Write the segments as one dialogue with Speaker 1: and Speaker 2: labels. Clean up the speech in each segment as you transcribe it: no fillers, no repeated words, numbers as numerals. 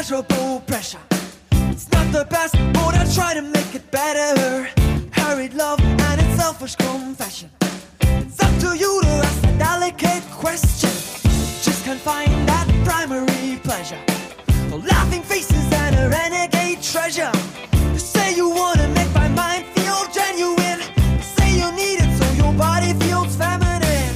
Speaker 1: pleasurable pressure. It's not the best, but I try to make it better. Hurried love and its selfish confession. It's up to you to ask a delicate question. Just can't find that primary pleasure. No laughing faces and a renegade treasure. You say you wanna make my mind feel genuine. You say you need it so your body feels feminine.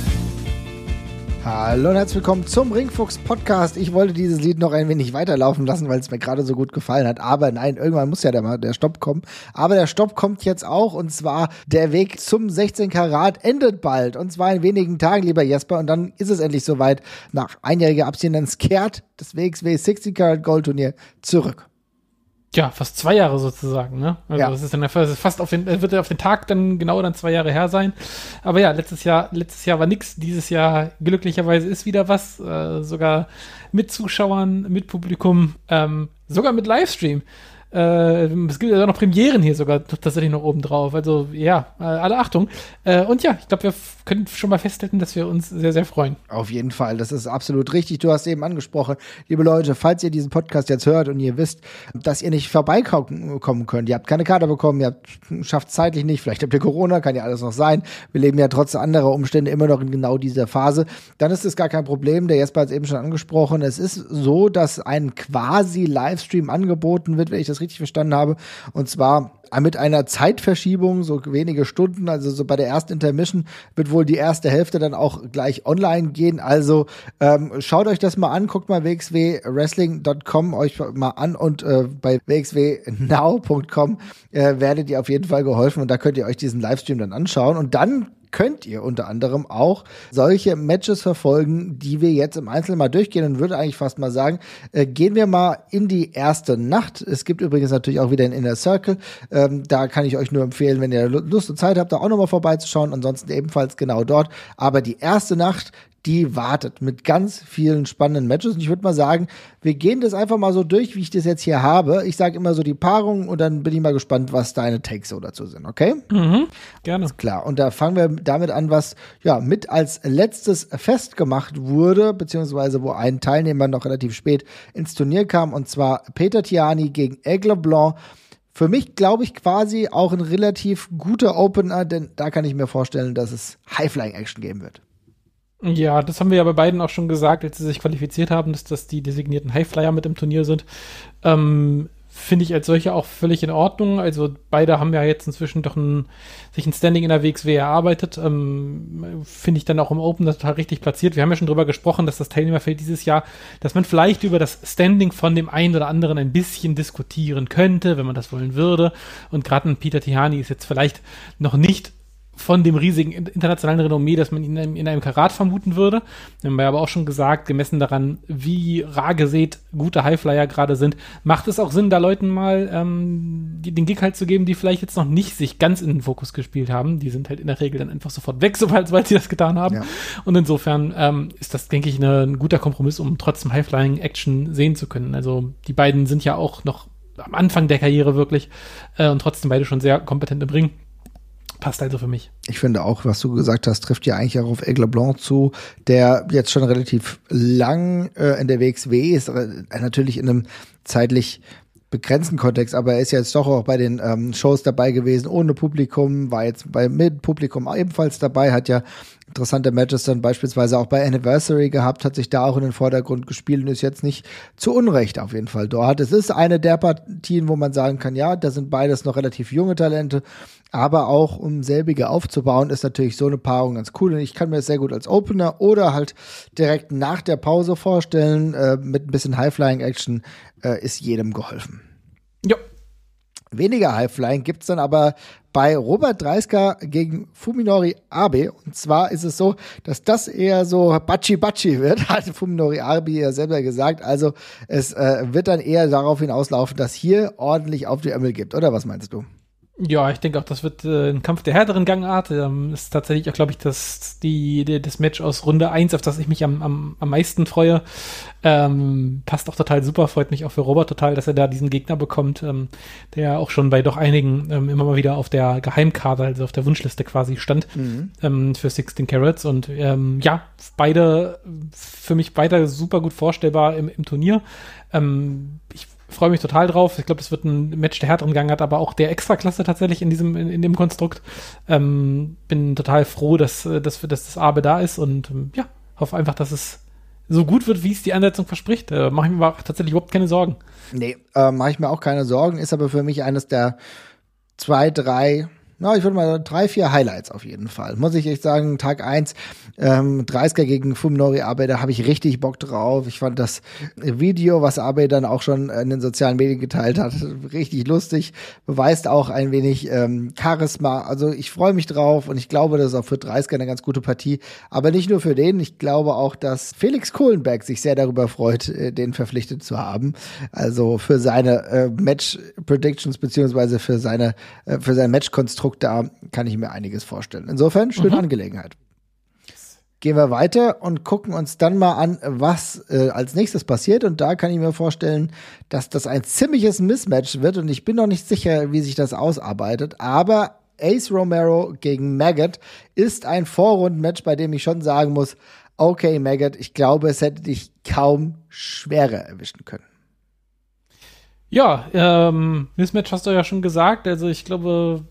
Speaker 2: Hallo und herzlich willkommen zum Ringfuchs-Podcast. Ich wollte dieses Lied noch ein wenig weiterlaufen lassen, weil es mir gerade so gut gefallen hat. Aber nein, irgendwann muss ja der Stopp kommen. Aber der Stopp kommt jetzt auch, und zwar der Weg zum 16 Karat endet bald. Und zwar in wenigen Tagen, lieber Jesper. Und dann ist es endlich soweit. Nach einjähriger Abstinenz kehrt das WXW 16 Karat Gold Turnier zurück.
Speaker 3: Ja, fast 2 Jahre sozusagen, ne? Also
Speaker 2: ja.
Speaker 3: Das ist dann fast wird auf den Tag dann genau 2 Jahre her sein. Aber ja, letztes Jahr war nix. Dieses Jahr glücklicherweise ist wieder was. Sogar mit Zuschauern, mit Publikum, sogar mit Livestream. Es gibt ja noch Premieren hier sogar tatsächlich noch oben drauf. Also ja, alle Achtung. Und ja, ich glaube, wir können schon mal festhalten, dass wir uns sehr, sehr freuen.
Speaker 2: Auf jeden Fall, das ist absolut richtig. Du hast eben angesprochen, liebe Leute, falls ihr diesen Podcast jetzt hört und ihr wisst, dass ihr nicht vorbeikommen könnt, ihr habt keine Karte bekommen, ihr schafft es zeitlich nicht, vielleicht habt ihr Corona, kann ja alles noch sein. Wir leben ja trotz anderer Umstände immer noch in genau dieser Phase. Dann ist es gar kein Problem. Der Jesper hat es eben schon angesprochen. Es ist so, dass ein quasi Livestream angeboten wird, wenn ich das richtig verstanden habe, und zwar mit einer Zeitverschiebung, so wenige Stunden, also so bei der ersten Intermission wird wohl die erste Hälfte dann auch gleich online gehen, also schaut euch das mal an, guckt mal wxwwrestling.com euch mal an und bei wxwnow.com werdet ihr auf jeden Fall geholfen und da könnt ihr euch diesen Livestream dann anschauen und dann könnt ihr unter anderem auch solche Matches verfolgen, die wir jetzt im Einzelnen mal durchgehen und würde eigentlich fast mal sagen, gehen wir mal in die erste Nacht. Es gibt übrigens natürlich auch wieder einen Inner Circle. Da kann ich euch nur empfehlen, wenn ihr Lust und Zeit habt, da auch nochmal vorbeizuschauen. Ansonsten ebenfalls genau dort. Aber die erste Nacht, die wartet mit ganz vielen spannenden Matches. Und ich würde mal sagen, wir gehen das einfach mal so durch, wie ich das jetzt hier habe. Ich sage immer so die Paarung und dann bin ich mal gespannt, was deine Takes so dazu sind, okay?
Speaker 3: Mhm, gerne.
Speaker 2: Alles klar. Und da fangen wir damit an, was ja mit als letztes festgemacht wurde, beziehungsweise wo ein Teilnehmer noch relativ spät ins Turnier kam, und zwar Peter Tiani gegen Aigle Blanc. Für mich, glaube ich, quasi auch ein relativ guter Opener, denn da kann ich mir vorstellen, dass es High-Flying-Action geben wird.
Speaker 3: Ja, das haben wir ja bei beiden auch schon gesagt, als sie sich qualifiziert haben, dass das die designierten Highflyer mit im Turnier sind. Finde ich als solche auch völlig in Ordnung. Also beide haben ja jetzt inzwischen doch sich ein Standing in der WXW erarbeitet. Finde ich dann auch im Open total richtig platziert. Wir haben ja schon drüber gesprochen, dass das Teilnehmerfeld dieses Jahr, dass man vielleicht über das Standing von dem einen oder anderen ein bisschen diskutieren könnte, wenn man das wollen würde. Und gerade ein Peter Tiani ist jetzt vielleicht noch nicht von dem riesigen internationalen Renommee, dass man ihn in einem Karat vermuten würde. Wir haben ja aber auch schon gesagt, gemessen daran, wie rar gesät gute Highflyer gerade sind, macht es auch Sinn, da Leuten mal den Gig halt zu geben, die vielleicht jetzt noch nicht sich ganz in den Fokus gespielt haben. Die sind halt in der Regel dann einfach sofort weg, sobald sie das getan haben. Ja. Und insofern ist das, denke ich, ein guter Kompromiss, um trotzdem Highflying-Action sehen zu können. Also die beiden sind ja auch noch am Anfang der Karriere wirklich und trotzdem beide schon sehr kompetent im Ring. Passt also für mich.
Speaker 2: Ich finde auch, was du gesagt hast, trifft ja eigentlich auch auf Aigle Blanc zu, der jetzt schon relativ lang in der WXW ist, natürlich in einem zeitlich begrenzten Kontext, aber er ist jetzt doch auch bei den Shows dabei gewesen, ohne Publikum, war jetzt mit Publikum ebenfalls dabei, hat ja interessante Matches dann beispielsweise auch bei Anniversary gehabt, hat sich da auch in den Vordergrund gespielt und ist jetzt nicht zu Unrecht auf jeden Fall dort. Es ist eine der Partien, wo man sagen kann, ja, da sind beides noch relativ junge Talente, aber auch um selbige aufzubauen, ist natürlich so eine Paarung ganz cool und ich kann mir das sehr gut als Opener oder halt direkt nach der Pause vorstellen, mit ein bisschen High-Flying-Action ist jedem geholfen.
Speaker 3: Ja.
Speaker 2: Weniger Highflying gibt's dann aber bei Robert Dreisker gegen Fuminori Abe. Und zwar ist es so, dass das eher so Bachi-Bachi wird, hat Fuminori Abe ja selber gesagt. Also es wird dann eher darauf hinauslaufen, dass hier ordentlich auf die Ärmel gibt. Oder was meinst du?
Speaker 3: Ja, ich denke auch, das wird ein Kampf der härteren Gangart. Ist tatsächlich auch, glaube ich, das Match aus Runde 1, auf das ich mich am meisten freue. Passt auch total super, freut mich auch für Robert total, dass er da diesen Gegner bekommt, der ja auch schon bei doch einigen immer mal wieder auf der Geheimkarte, also auf der Wunschliste quasi stand, für 16 Carats. Und ja, für mich beide super gut vorstellbar im Turnier. Ich freue mich total drauf. Ich glaube, es wird ein Match der härteren Gangart, aber auch der Extraklasse tatsächlich in dem Konstrukt. Bin total froh, dass das Abe da ist und ja, hoffe einfach, dass es so gut wird, wie es die Ansetzung verspricht. Mache ich mir tatsächlich überhaupt keine Sorgen.
Speaker 2: Nee, mache ich mir auch keine Sorgen, ist aber für mich eines der 2, 3, ich würde mal 3, 4 Highlights auf jeden Fall. Muss ich echt sagen, Tag 1, 30er gegen Fuminori Abe, da habe ich richtig Bock drauf. Ich fand das Video, was Abe dann auch schon in den sozialen Medien geteilt hat, richtig lustig. Beweist auch ein wenig Charisma. Also ich freue mich drauf und ich glaube, das ist auch für 30er eine ganz gute Partie. Aber nicht nur für den. Ich glaube auch, dass Felix Kohlenberg sich sehr darüber freut, den verpflichtet zu haben. Also für seine Match-Predictions beziehungsweise für sein Match-Konstrukt, da kann ich mir einiges vorstellen. Insofern, schöne Angelegenheit. Gehen wir weiter und gucken uns dann mal an, was als nächstes passiert. Und da kann ich mir vorstellen, dass das ein ziemliches Mismatch wird. Und ich bin noch nicht sicher, wie sich das ausarbeitet. Aber Ace Romero gegen Maggot ist ein Vorrundenmatch, bei dem ich schon sagen muss, okay, Maggot, ich glaube, es hätte dich kaum schwerer erwischen können.
Speaker 3: Ja, Mismatch hast du ja schon gesagt. Also ich glaube,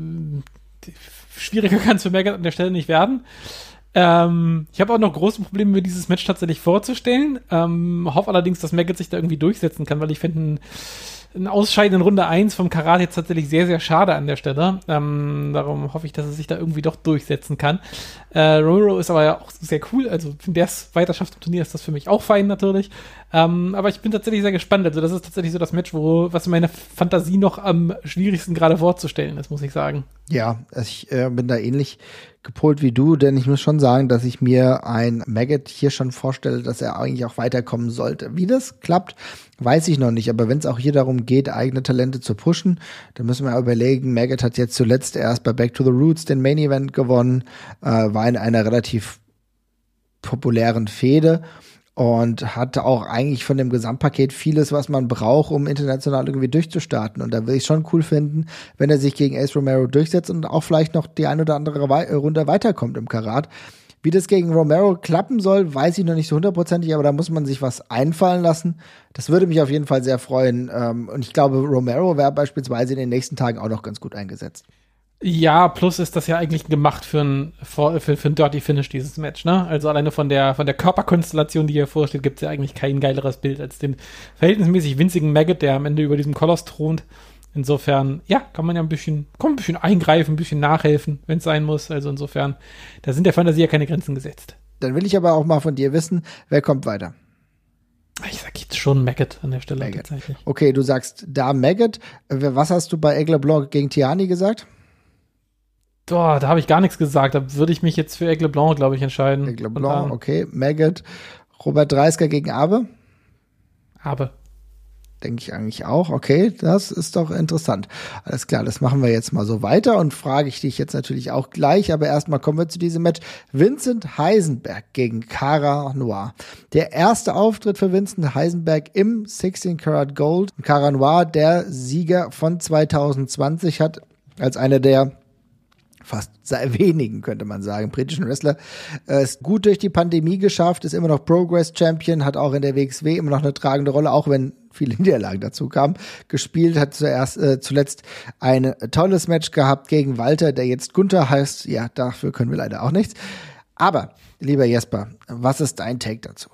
Speaker 3: schwieriger kann es für Maggot an der Stelle nicht werden. Ich habe auch noch große Probleme, mir dieses Match tatsächlich vorzustellen. Hoffe allerdings, dass Maggot sich da irgendwie durchsetzen kann, weil ich finde ein Ausscheiden in Runde 1 vom Karat jetzt tatsächlich sehr, sehr schade an der Stelle. Darum hoffe ich, dass er sich da irgendwie doch durchsetzen kann. Romero ist aber ja auch sehr cool. Also, wenn der es weiter schafft im Turnier, ist das für mich auch fein natürlich. Aber ich bin tatsächlich sehr gespannt. Also, das ist tatsächlich so das Match, was in meiner Fantasie noch am schwierigsten gerade vorzustellen ist, muss ich sagen.
Speaker 2: Ja, ich bin da ähnlich gepolt wie du, denn ich muss schon sagen, dass ich mir ein Maggot hier schon vorstelle, dass er eigentlich auch weiterkommen sollte. Wie das klappt, weiß ich noch nicht, aber wenn es auch hier darum geht, eigene Talente zu pushen, dann müssen wir überlegen, Maggot hat jetzt zuletzt erst bei Back to the Roots den Main Event gewonnen, war in einer relativ populären Fehde und hatte auch eigentlich von dem Gesamtpaket vieles, was man braucht, um international irgendwie durchzustarten. Und da will ich schon cool finden, wenn er sich gegen Ace Romero durchsetzt und auch vielleicht noch die ein oder andere Runde weiterkommt im Karat. Wie das gegen Romero klappen soll, weiß ich noch nicht so hundertprozentig, aber da muss man sich was einfallen lassen. Das würde mich auf jeden Fall sehr freuen. Und ich glaube, Romero wäre beispielsweise in den nächsten Tagen auch noch ganz gut eingesetzt.
Speaker 3: Ja, plus ist das ja eigentlich gemacht für ein Dirty Finish, dieses Match, ne? Also alleine von der Körperkonstellation, die hier vorsteht, gibt es ja eigentlich kein geileres Bild als den verhältnismäßig winzigen Maggot, der am Ende über diesem Koloss thront. Insofern, ja, kann man ja ein bisschen eingreifen, ein bisschen nachhelfen, wenn es sein muss. Also insofern, da sind der Fantasie ja keine Grenzen gesetzt.
Speaker 2: Dann will ich aber auch mal von dir wissen, wer kommt weiter?
Speaker 3: Ich sag jetzt schon Maggot an der Stelle
Speaker 2: Maggot.
Speaker 3: Tatsächlich.
Speaker 2: Okay, du sagst da Maggot. Was hast du bei Aigle Blanc gegen Tiani gesagt?
Speaker 3: Da habe ich gar nichts gesagt. Da würde ich mich jetzt für Aigle Blanc, glaube ich, entscheiden.
Speaker 2: Aigle Blanc, okay. Maggot. Robert Dreisker gegen Abe?
Speaker 3: Abe.
Speaker 2: Denke ich eigentlich auch. Okay, das ist doch interessant. Alles klar, das machen wir jetzt mal so weiter und frage ich dich jetzt natürlich auch gleich. Aber erstmal kommen wir zu diesem Match. Vincent Heisenberg gegen Cara Noir. Der erste Auftritt für Vincent Heisenberg im 16 Karat Gold. Cara Noir, der Sieger von 2020, hat als einer der fast sehr wenigen, könnte man sagen, britischen Wrestler, ist gut durch die Pandemie geschafft, ist immer noch Progress-Champion, hat auch in der WXW immer noch eine tragende Rolle, auch wenn viele Niederlagen dazu kamen, gespielt, hat zuletzt ein tolles Match gehabt gegen Walter, der jetzt Gunther heißt. Ja, dafür können wir leider auch nichts. Aber, lieber Jesper, was ist dein Take dazu?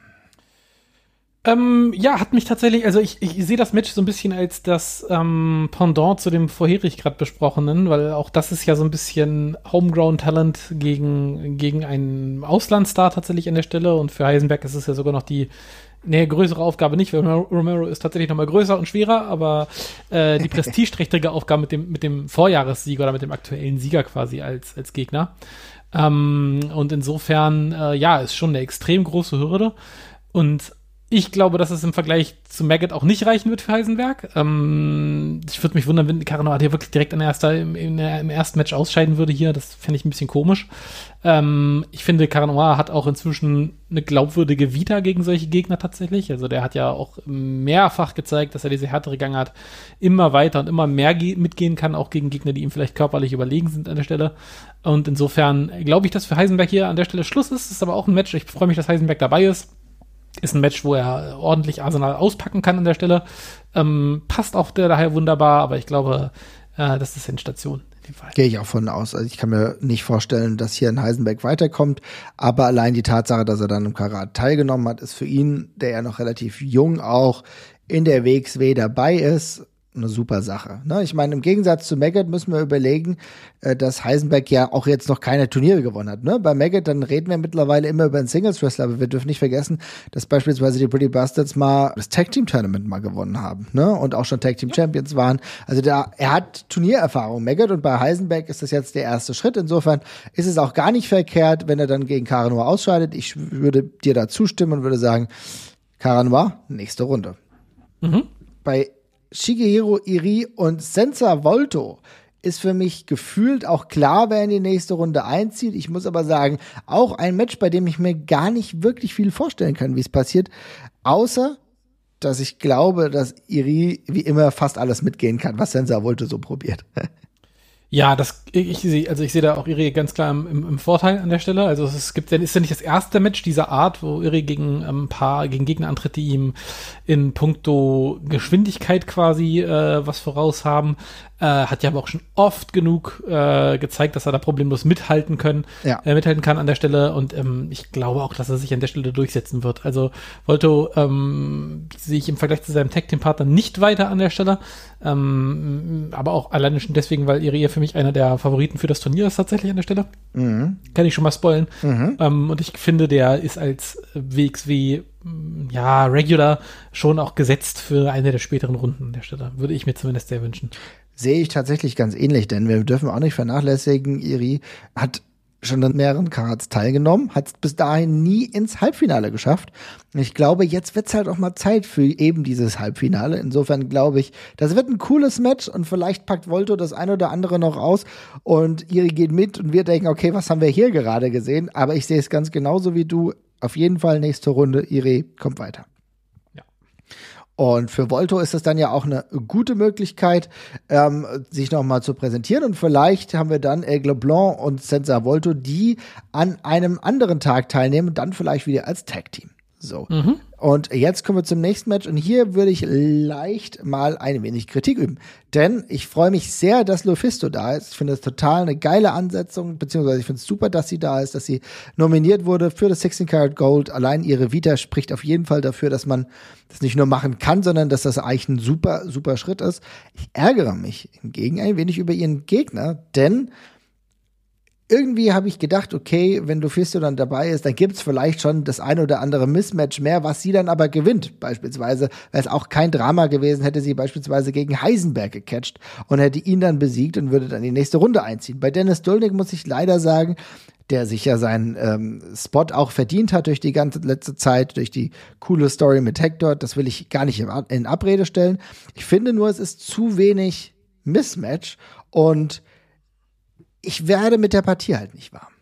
Speaker 3: Ja, hat mich tatsächlich, also ich sehe das Match so ein bisschen als das Pendant zu dem vorherig gerade besprochenen, weil auch das ist ja so ein bisschen Homegrown-Talent gegen einen Auslandsstar tatsächlich an der Stelle, und für Heisenberg ist es ja sogar noch die größere Aufgabe nicht, weil Romero ist tatsächlich noch mal größer und schwerer, aber die prestigeträchtige Aufgabe mit dem Vorjahressieger oder mit dem aktuellen Sieger quasi als Gegner. Und insofern, ist schon eine extrem große Hürde. Und Ich glaube, dass es im Vergleich zu Maggot auch nicht reichen wird für Heisenberg. Ich würde mich wundern, wenn Cara Noir hier wirklich direkt im ersten Match ausscheiden würde hier. Das fände ich ein bisschen komisch. Ich finde, Cara Noir hat auch inzwischen eine glaubwürdige Vita gegen solche Gegner tatsächlich. Also der hat ja auch mehrfach gezeigt, dass er diese härtere Gangart immer weiter und immer mehr mitgehen kann, auch gegen Gegner, die ihm vielleicht körperlich überlegen sind an der Stelle. Und insofern glaube ich, dass für Heisenberg hier an der Stelle Schluss ist. Das ist aber auch ein Match. Ich freue mich, dass Heisenberg dabei ist. Ist ein Match, wo er ordentlich Arsenal auspacken kann an der Stelle. Passt auch daher wunderbar, aber ich glaube, das ist Endstation in dem Fall.
Speaker 2: Gehe ich auch von aus. Also ich kann mir nicht vorstellen, dass hier ein Heisenberg weiterkommt, aber allein die Tatsache, dass er dann im Karat teilgenommen hat, ist für ihn, der ja noch relativ jung auch in der WXW dabei ist, eine super Sache. Ne? Ich meine, im Gegensatz zu Maggot müssen wir überlegen, dass Heisenberg ja auch jetzt noch keine Turniere gewonnen hat. Ne? Bei Maggot, dann reden wir mittlerweile immer über einen Singles-Wrestler, aber wir dürfen nicht vergessen, dass beispielsweise die Pretty Bastards mal das Tag-Team-Tournament mal gewonnen haben, ne? Und auch schon Tag-Team-Champions waren. Also er hat Turniererfahrung, Maggot, und bei Heisenberg ist das jetzt der erste Schritt. Insofern ist es auch gar nicht verkehrt, wenn er dann gegen Cara Noir ausscheidet. Ich würde dir da zustimmen und würde sagen, Cara Noir, nächste Runde. Bei Shigehiro Iri und Sensor Volto ist für mich gefühlt auch klar, wer in die nächste Runde einzieht. Ich muss aber sagen, auch ein Match, bei dem ich mir gar nicht wirklich viel vorstellen kann, wie es passiert, außer, dass ich glaube, dass Iri wie immer fast alles mitgehen kann, was Sensor Volto so probiert.
Speaker 3: Ja, ich sehe da auch Iri ganz klar im Vorteil an der Stelle. Also ist ja nicht das erste Match dieser Art, wo Iri gegen Gegner antritt, die ihm in puncto Geschwindigkeit quasi was voraus haben. Hat ja aber auch schon oft genug gezeigt, dass er da problemlos mithalten kann an der Stelle. Und ich glaube auch, dass er sich an der Stelle durchsetzen wird. Also Volto sehe ich im Vergleich zu seinem Tag-Team-Partner nicht weiter an der Stelle. Aber auch alleine schon deswegen, weil Iri für mich einer der Favoriten für das Turnier ist tatsächlich an der Stelle. Kann ich schon mal spoilen. Und ich finde, der ist als WXW Regular schon auch gesetzt für eine der späteren Runden an der Stelle. Würde ich mir zumindest sehr wünschen.
Speaker 2: Sehe ich tatsächlich ganz ähnlich, denn wir dürfen auch nicht vernachlässigen, Iri hat schon an mehreren Karats teilgenommen, hat es bis dahin nie ins Halbfinale geschafft. Ich glaube, jetzt wird's halt auch mal Zeit für eben dieses Halbfinale. Insofern glaube ich, das wird ein cooles Match und vielleicht packt Volto das eine oder andere noch aus und Iri geht mit und wir denken, okay, was haben wir hier gerade gesehen? Aber ich sehe es ganz genauso wie du. Auf jeden Fall nächste Runde, Iri kommt weiter. Und für Volto ist es dann ja auch eine gute Möglichkeit, sich nochmal zu präsentieren. Und vielleicht haben wir dann Aigle Blanc und Sensor Volto, die an einem anderen Tag teilnehmen, dann vielleicht wieder als Tag-Team. So. Und jetzt kommen wir zum nächsten Match. Und hier würde ich leicht mal ein wenig Kritik üben. Denn ich freue mich sehr, dass Lufisto da ist. Ich finde es total eine geile Ansetzung, beziehungsweise ich finde es super, dass sie da ist, dass sie nominiert wurde für das 16 Karat Gold. Allein ihre Vita spricht auf jeden Fall dafür, dass man das nicht nur machen kann, sondern dass das eigentlich ein super, super Schritt ist. Ich ärgere mich hingegen ein wenig über ihren Gegner, denn irgendwie habe ich gedacht, okay, wenn Lufisto dann dabei ist, dann gibt's vielleicht schon das ein oder andere Mismatch mehr, was sie dann aber gewinnt. Beispielsweise wäre es auch kein Drama gewesen, hätte sie beispielsweise gegen Heisenberg gecatcht und hätte ihn dann besiegt und würde dann die nächste Runde einziehen. Bei Dennis Dulnik muss ich leider sagen, der sich ja seinen Spot auch verdient hat durch die ganze letzte Zeit, durch die coole Story mit Hector. Das will ich gar nicht in Abrede stellen. Ich finde nur, es ist zu wenig Mismatch und ich werde mit der Partie halt nicht warm.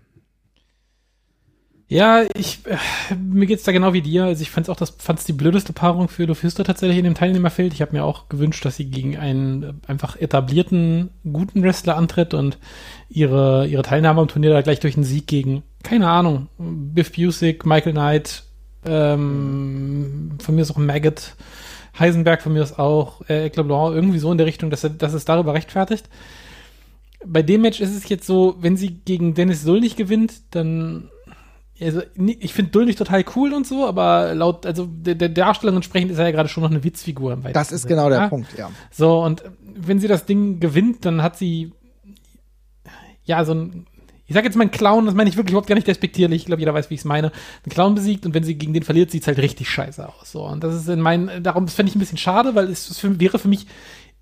Speaker 3: Ja, mir geht's da genau wie dir. Also ich fand's die blödeste Paarung für Lufisto tatsächlich in dem Teilnehmerfeld. Ich habe mir auch gewünscht, dass sie gegen einen einfach etablierten, guten Wrestler antritt und ihre Teilnahme am Turnier da gleich durch einen Sieg gegen, keine Ahnung, Biff Busick, Michael Knight, von mir ist auch Maggot, Heisenberg von mir ist auch, Aigle Blanc, irgendwie so in der Richtung, dass es darüber rechtfertigt. Bei dem Match ist es jetzt so, wenn sie gegen Dennis Dulnig gewinnt, dann, also ich finde Dulnig total cool und so, aber der Darstellung entsprechend ist er ja gerade schon noch eine Witzfigur.
Speaker 2: Das ist genau der Punkt, ja.
Speaker 3: So, und wenn sie das Ding gewinnt, dann hat sie ja so ein, ich sag jetzt mal einen Clown, das meine ich wirklich überhaupt gar nicht despektierlich, ich glaube, jeder weiß, wie ich es meine, einen Clown besiegt und wenn sie gegen den verliert, sieht es halt richtig scheiße aus. So, und das ist darum, das fände ich ein bisschen schade, weil es wäre für mich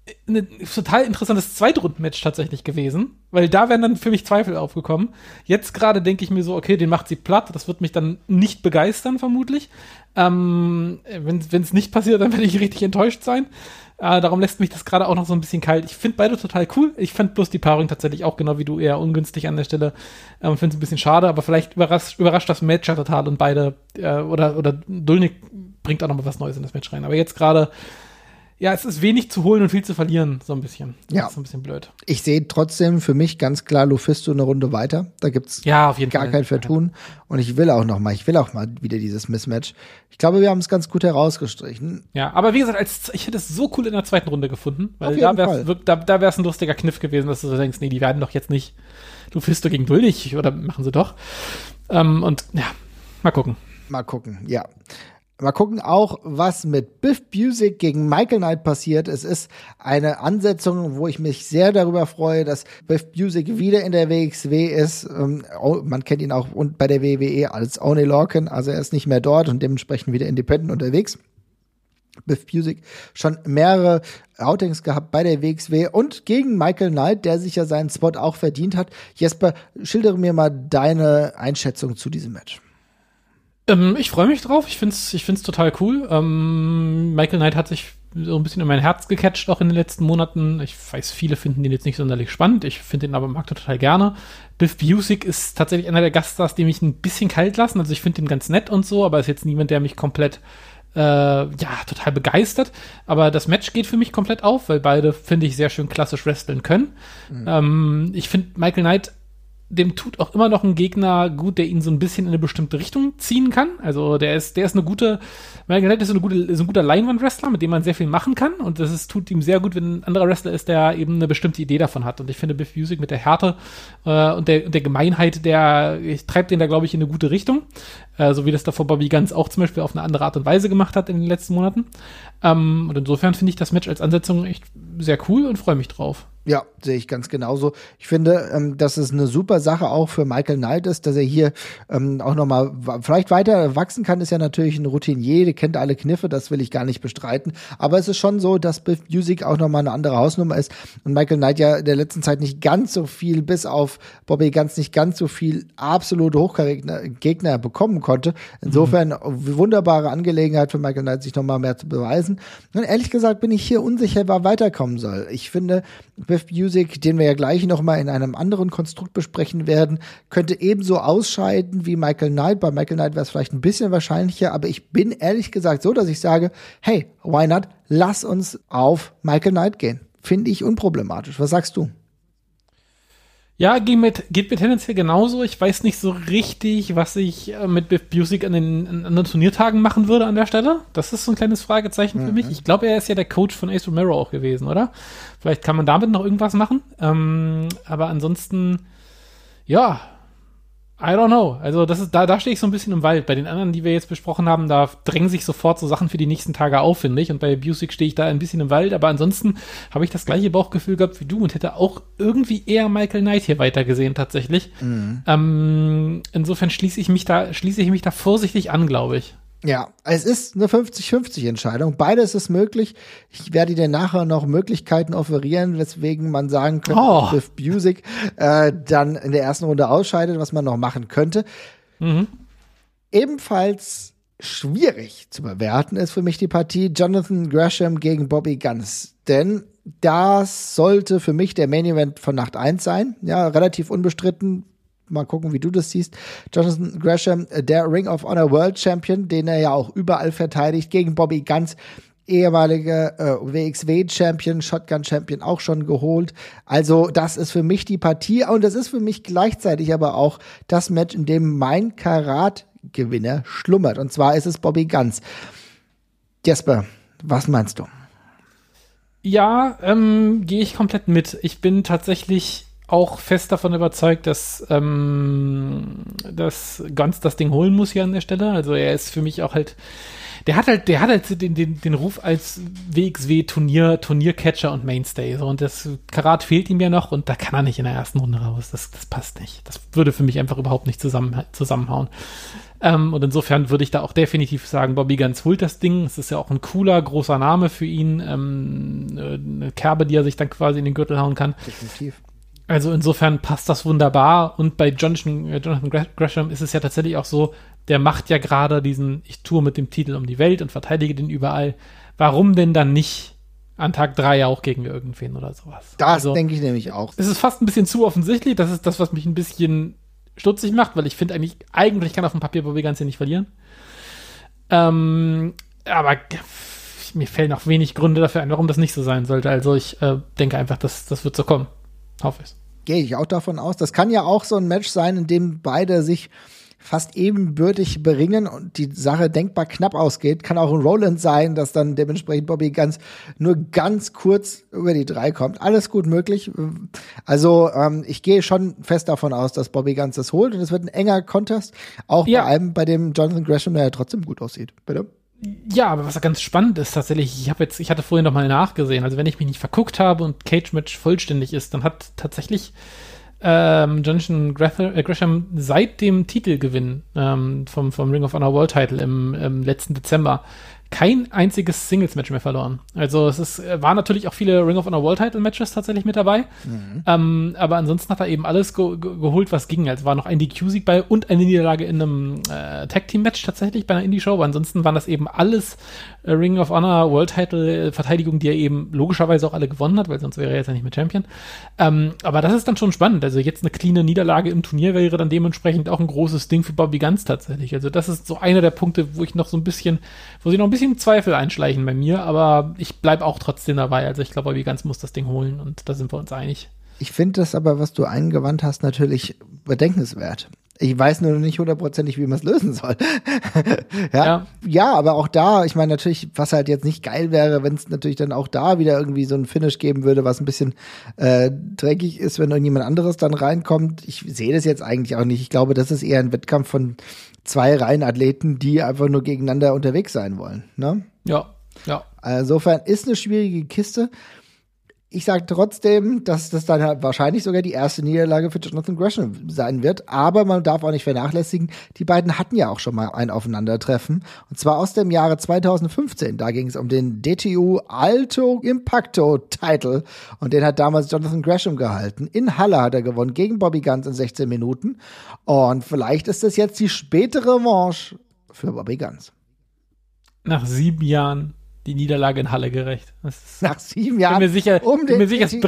Speaker 3: ein total interessantes Zweitrunden-Match tatsächlich gewesen, weil da wären dann für mich Zweifel aufgekommen. Jetzt gerade denke ich mir so, okay, den macht sie platt, das wird mich dann nicht begeistern, vermutlich. Wenn es nicht passiert, dann werde ich richtig enttäuscht sein. Darum lässt mich das gerade auch noch so ein bisschen kalt. Ich finde beide total cool. Ich fand bloß die Paarung tatsächlich auch genau wie du eher ungünstig an der Stelle. Finde es ein bisschen schade, aber vielleicht überrascht das Match ja total und beide, oder Dulnik bringt auch noch mal was Neues in das Match rein. Aber jetzt gerade, ja, es ist wenig zu holen und viel zu verlieren, so ein bisschen.
Speaker 2: Ja.
Speaker 3: Das ist ein bisschen blöd.
Speaker 2: Ich sehe trotzdem für mich ganz klar Lufisto eine Runde weiter. Da gibt's
Speaker 3: auf jeden
Speaker 2: gar
Speaker 3: Fall
Speaker 2: kein Vertun. Und ich will auch mal wieder dieses Mismatch. Ich glaube, wir haben es ganz gut herausgestrichen.
Speaker 3: Ja, aber wie gesagt, ich hätte es so cool in der zweiten Runde gefunden, weil
Speaker 2: da
Speaker 3: wäre es ein lustiger Kniff gewesen, dass du so denkst, nee, die werden doch jetzt nicht Lufisto gegen Duldig, oder machen sie doch. Und ja, mal gucken.
Speaker 2: Ja. Mal gucken auch, was mit Biff Busick gegen Michael Knight passiert. Es ist eine Ansetzung, wo ich mich sehr darüber freue, dass Biff Busick wieder in der WXW ist. Man kennt ihn auch bei der WWE als Oney Lorcan, also er ist nicht mehr dort und dementsprechend wieder independent unterwegs. Biff Busick schon mehrere Outings gehabt bei der WXW und gegen Michael Knight, der sich ja seinen Spot auch verdient hat. Jesper, schildere mir mal deine Einschätzung zu diesem Match.
Speaker 3: Ich freue mich drauf. Ich find's total cool. Michael Knight hat sich so ein bisschen in mein Herz gecatcht, auch in den letzten Monaten. Ich weiß, viele finden den jetzt nicht sonderlich spannend. Ich finde den aber mag total gerne. Biff Busick ist tatsächlich einer der Gaststars, die mich ein bisschen kalt lassen. Also ich finde den ganz nett und so, aber ist jetzt niemand, der mich komplett total begeistert. Aber das Match geht für mich komplett auf, weil beide, finde ich, sehr schön klassisch wresteln können. Mhm. Ich finde Michael Knight, dem tut auch immer noch ein Gegner gut, der ihn so ein bisschen in eine bestimmte Richtung ziehen kann. Also der ist eine gute, Michael Knight ist ein guter Leinwand-Wrestler, mit dem man sehr viel machen kann. Und tut ihm sehr gut, wenn ein anderer Wrestler ist, der eben eine bestimmte Idee davon hat. Und ich finde, Biff Busick mit der Härte und der Gemeinheit, treibt den da, glaube ich, in eine gute Richtung. So wie das davor Bobby Guns auch zum Beispiel auf eine andere Art und Weise gemacht hat in den letzten Monaten. Und insofern finde ich das Match als Ansetzung echt sehr cool und freue mich drauf.
Speaker 2: Ja, sehe ich ganz genauso. Ich finde, dass es eine super Sache auch für Michael Knight ist, dass er hier auch nochmal vielleicht weiter wachsen kann, ist ja natürlich ein Routinier, der kennt alle Kniffe, das will ich gar nicht bestreiten. Aber es ist schon so, dass Biff Busick auch nochmal eine andere Hausnummer ist und Michael Knight ja in der letzten Zeit nicht ganz so viel, bis auf Bobby Guns nicht ganz so viel absolute Hochkaräter-Gegner bekommen konnte. Insofern wunderbare Angelegenheit für Michael Knight, sich nochmal mehr zu beweisen. Und ehrlich gesagt bin ich hier unsicher, wer weiterkommen soll. Ich finde, Biff Busick, den wir ja gleich noch mal in einem anderen Konstrukt besprechen werden, könnte ebenso ausscheiden wie Michael Knight. Bei Michael Knight wäre es vielleicht ein bisschen wahrscheinlicher, aber ich bin ehrlich gesagt so, dass ich sage, hey, why not? Lass uns auf Michael Knight gehen. Finde ich unproblematisch. Was sagst du?
Speaker 3: Ja, geht mir tendenziell genauso. Ich weiß nicht so richtig, was ich mit Biff Busick an den Turniertagen machen würde an der Stelle. Das ist so ein kleines Fragezeichen für mich. Ich glaube, er ist ja der Coach von Ace Romero auch gewesen, oder? Vielleicht kann man damit noch irgendwas machen. Aber ansonsten, ja, I don't know. Also da stehe ich so ein bisschen im Wald. Bei den anderen, die wir jetzt besprochen haben, da drängen sich sofort so Sachen für die nächsten Tage auf, finde ich. Und bei Busick stehe ich da ein bisschen im Wald. Aber ansonsten habe ich das gleiche Bauchgefühl gehabt wie du und hätte auch irgendwie eher Michael Knight hier weitergesehen tatsächlich. Insofern schließe ich mich da vorsichtig an, glaube ich.
Speaker 2: Ja, es ist eine 50-50-Entscheidung. Beides ist möglich. Ich werde dir nachher noch Möglichkeiten offerieren, weswegen man sagen könnte, dass Biff Busick dann in der ersten Runde ausscheidet, was man noch machen könnte. Ebenfalls schwierig zu bewerten ist für mich die Partie Jonathan Gresham gegen Bobby Guns. Denn das sollte für mich der Main Event von Nacht 1 sein. Ja, relativ unbestritten. Mal gucken, wie du das siehst. Jonathan Gresham, der Ring of Honor World Champion, den er ja auch überall verteidigt, gegen Bobby Guns, ehemaliger WXW-Champion, Shotgun-Champion auch schon geholt. Also das ist für mich die Partie und das ist für mich gleichzeitig aber auch das Match, in dem mein Karat-Gewinner schlummert. Und zwar ist es Bobby Guns. Jesper, was meinst du?
Speaker 3: Ja, gehe ich komplett mit. Ich bin tatsächlich auch fest davon überzeugt, dass Guns das Ding holen muss hier an der Stelle. Also er ist für mich auch halt, der hat halt den Ruf als WXW Turniercatcher und Mainstay. So, und das Karat fehlt ihm ja noch und da kann er nicht in der ersten Runde raus. Das passt nicht. Das würde für mich einfach überhaupt nicht zusammenhauen. Und insofern würde ich da auch definitiv sagen, Bobby Guns holt das Ding. Es ist ja auch ein cooler, großer Name für ihn. Eine Kerbe, die er sich dann quasi in den Gürtel hauen kann.
Speaker 2: Definitiv.
Speaker 3: Also insofern passt das wunderbar. Und bei Jonathan Gresham ist es ja tatsächlich auch so, der macht ja gerade ich tour mit dem Titel um die Welt und verteidige den überall. Warum denn dann nicht an Tag 3 auch gegen irgendwen oder sowas?
Speaker 2: Das denke ich nämlich auch.
Speaker 3: Es ist fast ein bisschen zu offensichtlich. Das ist das, was mich ein bisschen stutzig macht, weil ich finde eigentlich kann auf dem Papier Bobby Guns hier nicht verlieren. Aber mir fällen auch wenig Gründe dafür ein, warum das nicht so sein sollte. Also ich denke einfach, das wird so kommen. Hoffe ich.
Speaker 2: Gehe ich auch davon aus. Das kann ja auch so ein Match sein, in dem beide sich fast ebenbürtig beringen und die Sache denkbar knapp ausgeht. Kann auch ein Roland sein, dass dann dementsprechend Bobby Guns nur ganz kurz über die 3 kommt. Alles gut möglich. Also ich gehe schon fest davon aus, dass Bobby Guns das holt und es wird ein enger Contest. Auch bei allem bei dem Jonathan Gresham, der ja trotzdem gut aussieht. Bitte?
Speaker 3: Ja, aber was ganz spannend ist tatsächlich, ich hatte vorhin noch mal nachgesehen, also wenn ich mich nicht verguckt habe und Cage-Match vollständig ist, dann hat tatsächlich Jonathan Gresham seit dem Titelgewinn vom Ring of Honor World Title im letzten Dezember kein einziges Singles-Match mehr verloren. Also waren natürlich auch viele Ring of Honor World Title Matches tatsächlich mit dabei. Mhm. Aber ansonsten hat er eben alles geholt, was ging. Also war noch ein DQ-Sieg bei und eine Niederlage in einem Tag-Team-Match tatsächlich bei einer Indie-Show. Aber ansonsten waren das eben alles Ring of Honor World Title Verteidigungen, die er eben logischerweise auch alle gewonnen hat, weil sonst wäre er jetzt ja nicht mehr Champion. Aber das ist dann schon spannend. Also jetzt eine cleane Niederlage im Turnier wäre dann dementsprechend auch ein großes Ding für Bobby Guns tatsächlich. Also das ist so einer der Punkte, wo sich noch ein bisschen Zweifel einschleichen bei mir, aber ich bleibe auch trotzdem dabei. Also ich glaube, Bobby Guns muss das Ding holen und da sind wir uns einig.
Speaker 2: Ich finde das aber, was du eingewandt hast, natürlich bedenkenswert. Ich weiß nur noch nicht hundertprozentig, wie man es lösen soll. Ja, aber auch da, ich meine natürlich, was halt jetzt nicht geil wäre, wenn es natürlich dann auch da wieder irgendwie so ein Finish geben würde, was ein bisschen dreckig ist, wenn irgendjemand anderes dann reinkommt. Ich sehe das jetzt eigentlich auch nicht. Ich glaube, das ist eher ein Wettkampf von 2 Reihenathleten, die einfach nur gegeneinander unterwegs sein wollen. Ne?
Speaker 3: Ja.
Speaker 2: Insofern ist eine schwierige Kiste. Ich sage trotzdem, dass das dann halt wahrscheinlich sogar die erste Niederlage für Jonathan Gresham sein wird. Aber man darf auch nicht vernachlässigen, die beiden hatten ja auch schon mal ein Aufeinandertreffen. Und zwar aus dem Jahre 2015. Da ging es um den DTU Alto Impacto Title. Und den hat damals Jonathan Gresham gehalten. In Halle hat er gewonnen gegen Bobby Guns in 16 Minuten. Und vielleicht ist das jetzt die späte Revanche für Bobby Guns.
Speaker 3: Nach 7 Jahren die Niederlage in Halle gerecht.
Speaker 2: Nach 7 Jahren.
Speaker 3: Bin mir sicher, es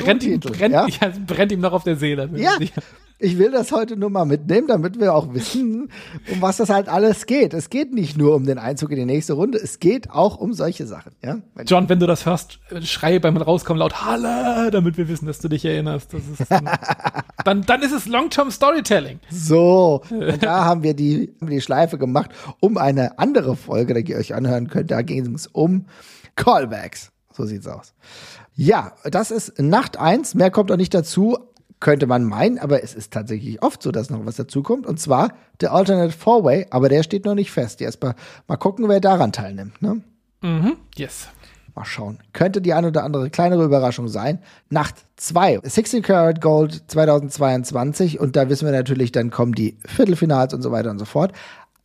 Speaker 3: brennt ihm noch auf der Seele.
Speaker 2: Ja, ich will das heute nur mal mitnehmen, damit wir auch wissen, um was das halt alles geht. Es geht nicht nur um den Einzug in die nächste Runde, es geht auch um solche Sachen. Ja?
Speaker 3: John, wenn du das hörst, schreie beim Rauskommen laut Halle, damit wir wissen, dass du dich erinnerst. Das ist dann ist es Long-Term Storytelling.
Speaker 2: So, und da haben wir die Schleife gemacht, um eine andere Folge, die ihr euch anhören könnt. Da ging es um Callbacks. So sieht's aus. Ja, das ist Nacht 1. Mehr kommt auch nicht dazu. Könnte man meinen, aber es ist tatsächlich oft so, dass noch was dazukommt. Und zwar der Alternate Four-Way, aber der steht noch nicht fest. Erstmal mal gucken, wer daran teilnimmt. Ne?
Speaker 3: Mhm, yes.
Speaker 2: Mal schauen. Könnte die eine oder andere kleinere Überraschung sein. Nacht 2. 16 Karat Gold 2022. Und da wissen wir natürlich, dann kommen die Viertelfinals und so weiter und so fort.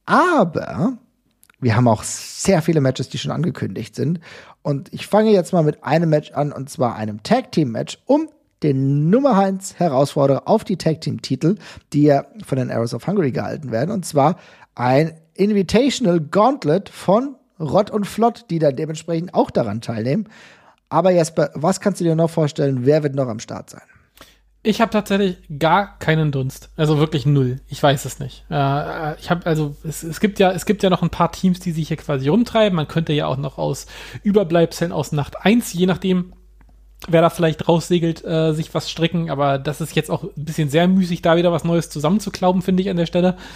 Speaker 2: Aber wir haben auch sehr viele Matches, die schon angekündigt sind. Und ich fange jetzt mal mit einem Match an, und zwar einem Tag-Team-Match um den Nummer 1 Herausforderer auf die Tag-Team-Titel, die ja von den Arrows of Hungary gehalten werden. Und zwar ein Invitational Gauntlet von Rott und Flott, die dann dementsprechend auch daran teilnehmen. Aber Jesper, was kannst du dir noch vorstellen? Wer wird noch am Start sein?
Speaker 3: Ich habe tatsächlich gar keinen Dunst. Also wirklich 0. Ich weiß es nicht. Es gibt ja noch ein paar Teams, die sich hier quasi rumtreiben. Man könnte ja auch noch aus Überbleibseln aus Nacht 1, je nachdem, wer da vielleicht raussegelt, sich was stricken. Aber das ist jetzt auch ein bisschen sehr müßig, da wieder was Neues zusammenzuklauben, finde ich an der Stelle.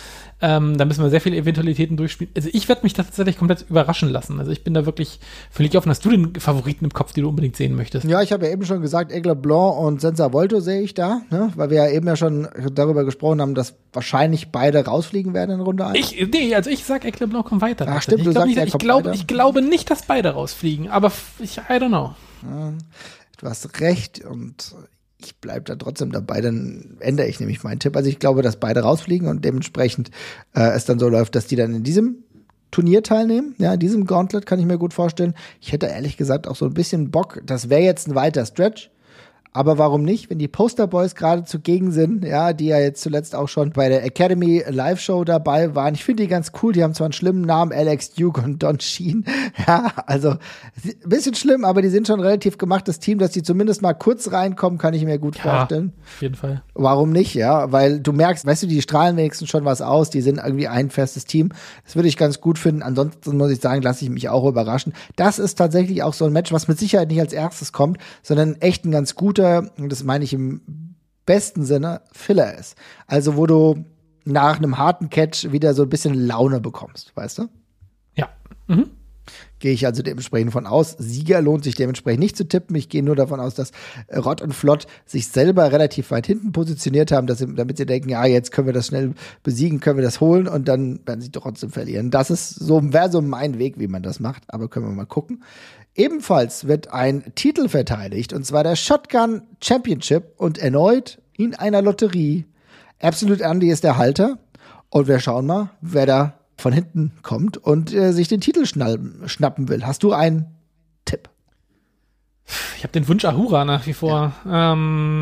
Speaker 3: Da müssen wir sehr viele Eventualitäten durchspielen. Also ich werde mich da tatsächlich komplett überraschen lassen. Also ich bin da wirklich völlig offen. Hast du den Favoriten im Kopf, die du unbedingt sehen möchtest?
Speaker 2: Ja, ich habe ja eben schon gesagt, Aigle Blanc und Senza Volto sehe ich da, ne? Weil wir ja eben ja schon darüber gesprochen haben, dass wahrscheinlich beide rausfliegen werden in Runde 1.
Speaker 3: Ich sag, Aigle Blanc kommt weiter.
Speaker 2: Ach stimmt, du sagst,
Speaker 3: ich glaube nicht, dass beide rausfliegen, aber I don't know.
Speaker 2: Ja, du hast recht und ich bleibe da trotzdem dabei, dann ändere ich nämlich meinen Tipp. Also ich glaube, dass beide rausfliegen und dementsprechend es dann so läuft, dass die dann in diesem Turnier teilnehmen. Ja, in diesem Gauntlet kann ich mir gut vorstellen. Ich hätte ehrlich gesagt auch so ein bisschen Bock. Das wäre jetzt ein weiter Stretch. Aber warum nicht, wenn die Posterboys gerade zugegen sind, ja, die ja jetzt zuletzt auch schon bei der Academy Live-Show dabei waren. Ich finde die ganz cool, die haben zwar einen schlimmen Namen, Alex Duke und Don Sheen. Ja, also ein bisschen schlimm, aber die sind schon relativ gemachtes Team, dass die zumindest mal kurz reinkommen, kann ich mir gut vorstellen.
Speaker 3: Auf jeden Fall.
Speaker 2: Warum nicht, ja, weil du merkst, weißt du, die strahlen wenigstens schon was aus, die sind irgendwie ein festes Team. Das würde ich ganz gut finden. Ansonsten muss ich sagen, lasse ich mich auch überraschen. Das ist tatsächlich auch so ein Match, was mit Sicherheit nicht als erstes kommt, sondern echt ein ganz guter, und das meine ich im besten Sinne, Filler ist. Also wo du nach einem harten Catch wieder so ein bisschen Laune bekommst, weißt du?
Speaker 3: Ja. Mhm.
Speaker 2: Gehe ich also dementsprechend von aus. Sieger lohnt sich dementsprechend nicht zu tippen. Ich gehe nur davon aus, dass Rott und Flott sich selber relativ weit hinten positioniert haben, damit sie denken, ja, jetzt können wir das schnell besiegen, können wir das holen und dann werden sie trotzdem verlieren. Das ist wäre so mein Weg, wie man das macht, aber können wir mal gucken. Ebenfalls wird ein Titel verteidigt, und zwar der Shotgun Championship und erneut in einer Lotterie. Absolute Andy ist der Halter und wir schauen mal, wer da von hinten kommt und sich den Titel schnappen will. Hast du einen Tipp?
Speaker 3: Ich habe den Wunsch Ahura nach wie vor. Ja.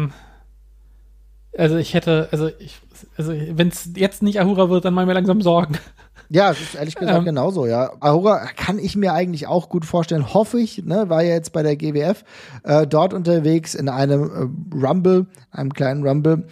Speaker 3: Wenn es jetzt nicht Ahura wird, dann machen wir langsam Sorgen.
Speaker 2: Ja, es ist ehrlich gesagt genauso, ja. Ahura kann ich mir eigentlich auch gut vorstellen, hoffe ich, ne, war ja jetzt bei der GWF dort unterwegs in einem Rumble, einem kleinen Rumble.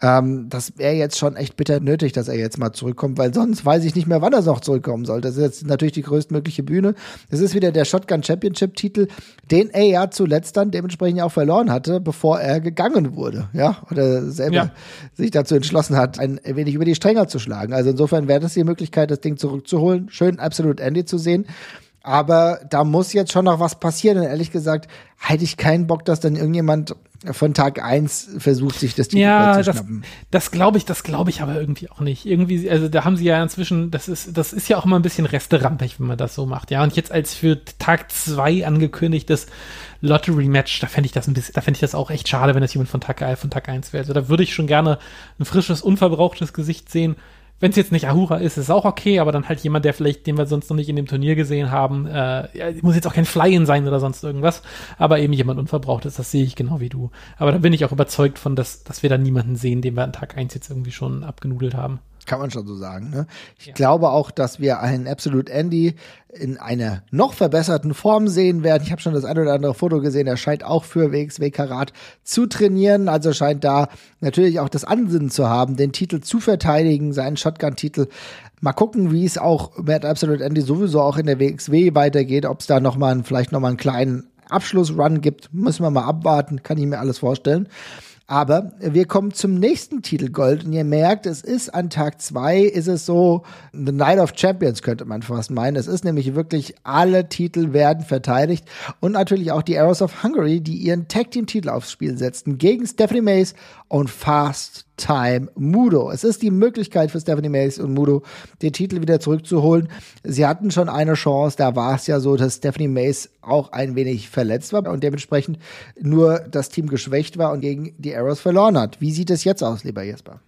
Speaker 2: Das wäre jetzt schon echt bitter nötig, dass er jetzt mal zurückkommt, weil sonst weiß ich nicht mehr, wann er noch zurückkommen soll. Das ist jetzt natürlich die größtmögliche Bühne. Das ist wieder der Shotgun Championship Titel, den er ja zuletzt dann dementsprechend auch verloren hatte, bevor er gegangen wurde, ja, oder selber sich dazu entschlossen hat, ein wenig über die Stränge zu schlagen. Also insofern wäre das die Möglichkeit, das Ding zurückzuholen, schön Absolute Andy zu sehen. Aber da muss jetzt schon noch was passieren. Und ehrlich gesagt, hätte ich keinen Bock, dass dann irgendjemand von Tag 1 versucht, sich das Titel zu schnappen.
Speaker 3: Das glaube ich aber irgendwie auch nicht. Irgendwie, also da haben sie ja inzwischen, das ist ja auch immer ein bisschen resterampig, wenn man das so macht. Ja, und jetzt als für Tag 2 angekündigtes Lottery-Match, da fände ich das auch echt schade, wenn das jemand von Tag 1 wäre. Also da würde ich schon gerne ein frisches, unverbrauchtes Gesicht sehen. Wenn es jetzt nicht Ahura ist es auch okay, aber dann halt jemand, den wir sonst noch nicht in dem Turnier gesehen haben. Muss jetzt auch kein Fly-In sein oder sonst irgendwas, aber eben jemand Unverbrauchtes, das sehe ich genau wie du. Aber da bin ich auch überzeugt von, dass wir da niemanden sehen, den wir an Tag 1 jetzt irgendwie schon abgenudelt haben.
Speaker 2: Kann man schon so sagen, ne? Ich glaube auch, dass wir einen Absolute Andy in einer noch verbesserten Form sehen werden. Ich habe schon das ein oder andere Foto gesehen, er scheint auch für WXW Karat zu trainieren, also scheint da natürlich auch das Ansinnen zu haben, den Titel zu verteidigen, seinen Shotgun-Titel. Mal gucken, wie es auch mit Absolute Andy sowieso auch in der WXW weitergeht, ob es da vielleicht noch mal einen kleinen Abschlussrun gibt, müssen wir mal abwarten, kann ich mir alles vorstellen. Aber wir kommen zum nächsten Titel Gold und ihr merkt, es ist an Tag 2, ist es so The Night of Champions, könnte man fast meinen. Es ist nämlich wirklich, alle Titel werden verteidigt und natürlich auch die Arrows of Hungary, die ihren Tag-Team-Titel aufs Spiel setzten gegen Stephanie Mace und Fast Time Mudo. Es ist die Möglichkeit für Stephanie Mace und Mudo, den Titel wieder zurückzuholen. Sie hatten schon eine Chance, da war es ja so, dass Stephanie Mace auch ein wenig verletzt war und dementsprechend nur das Team geschwächt war und gegen die Arrows verloren hat. Wie sieht es jetzt aus, lieber Jesper?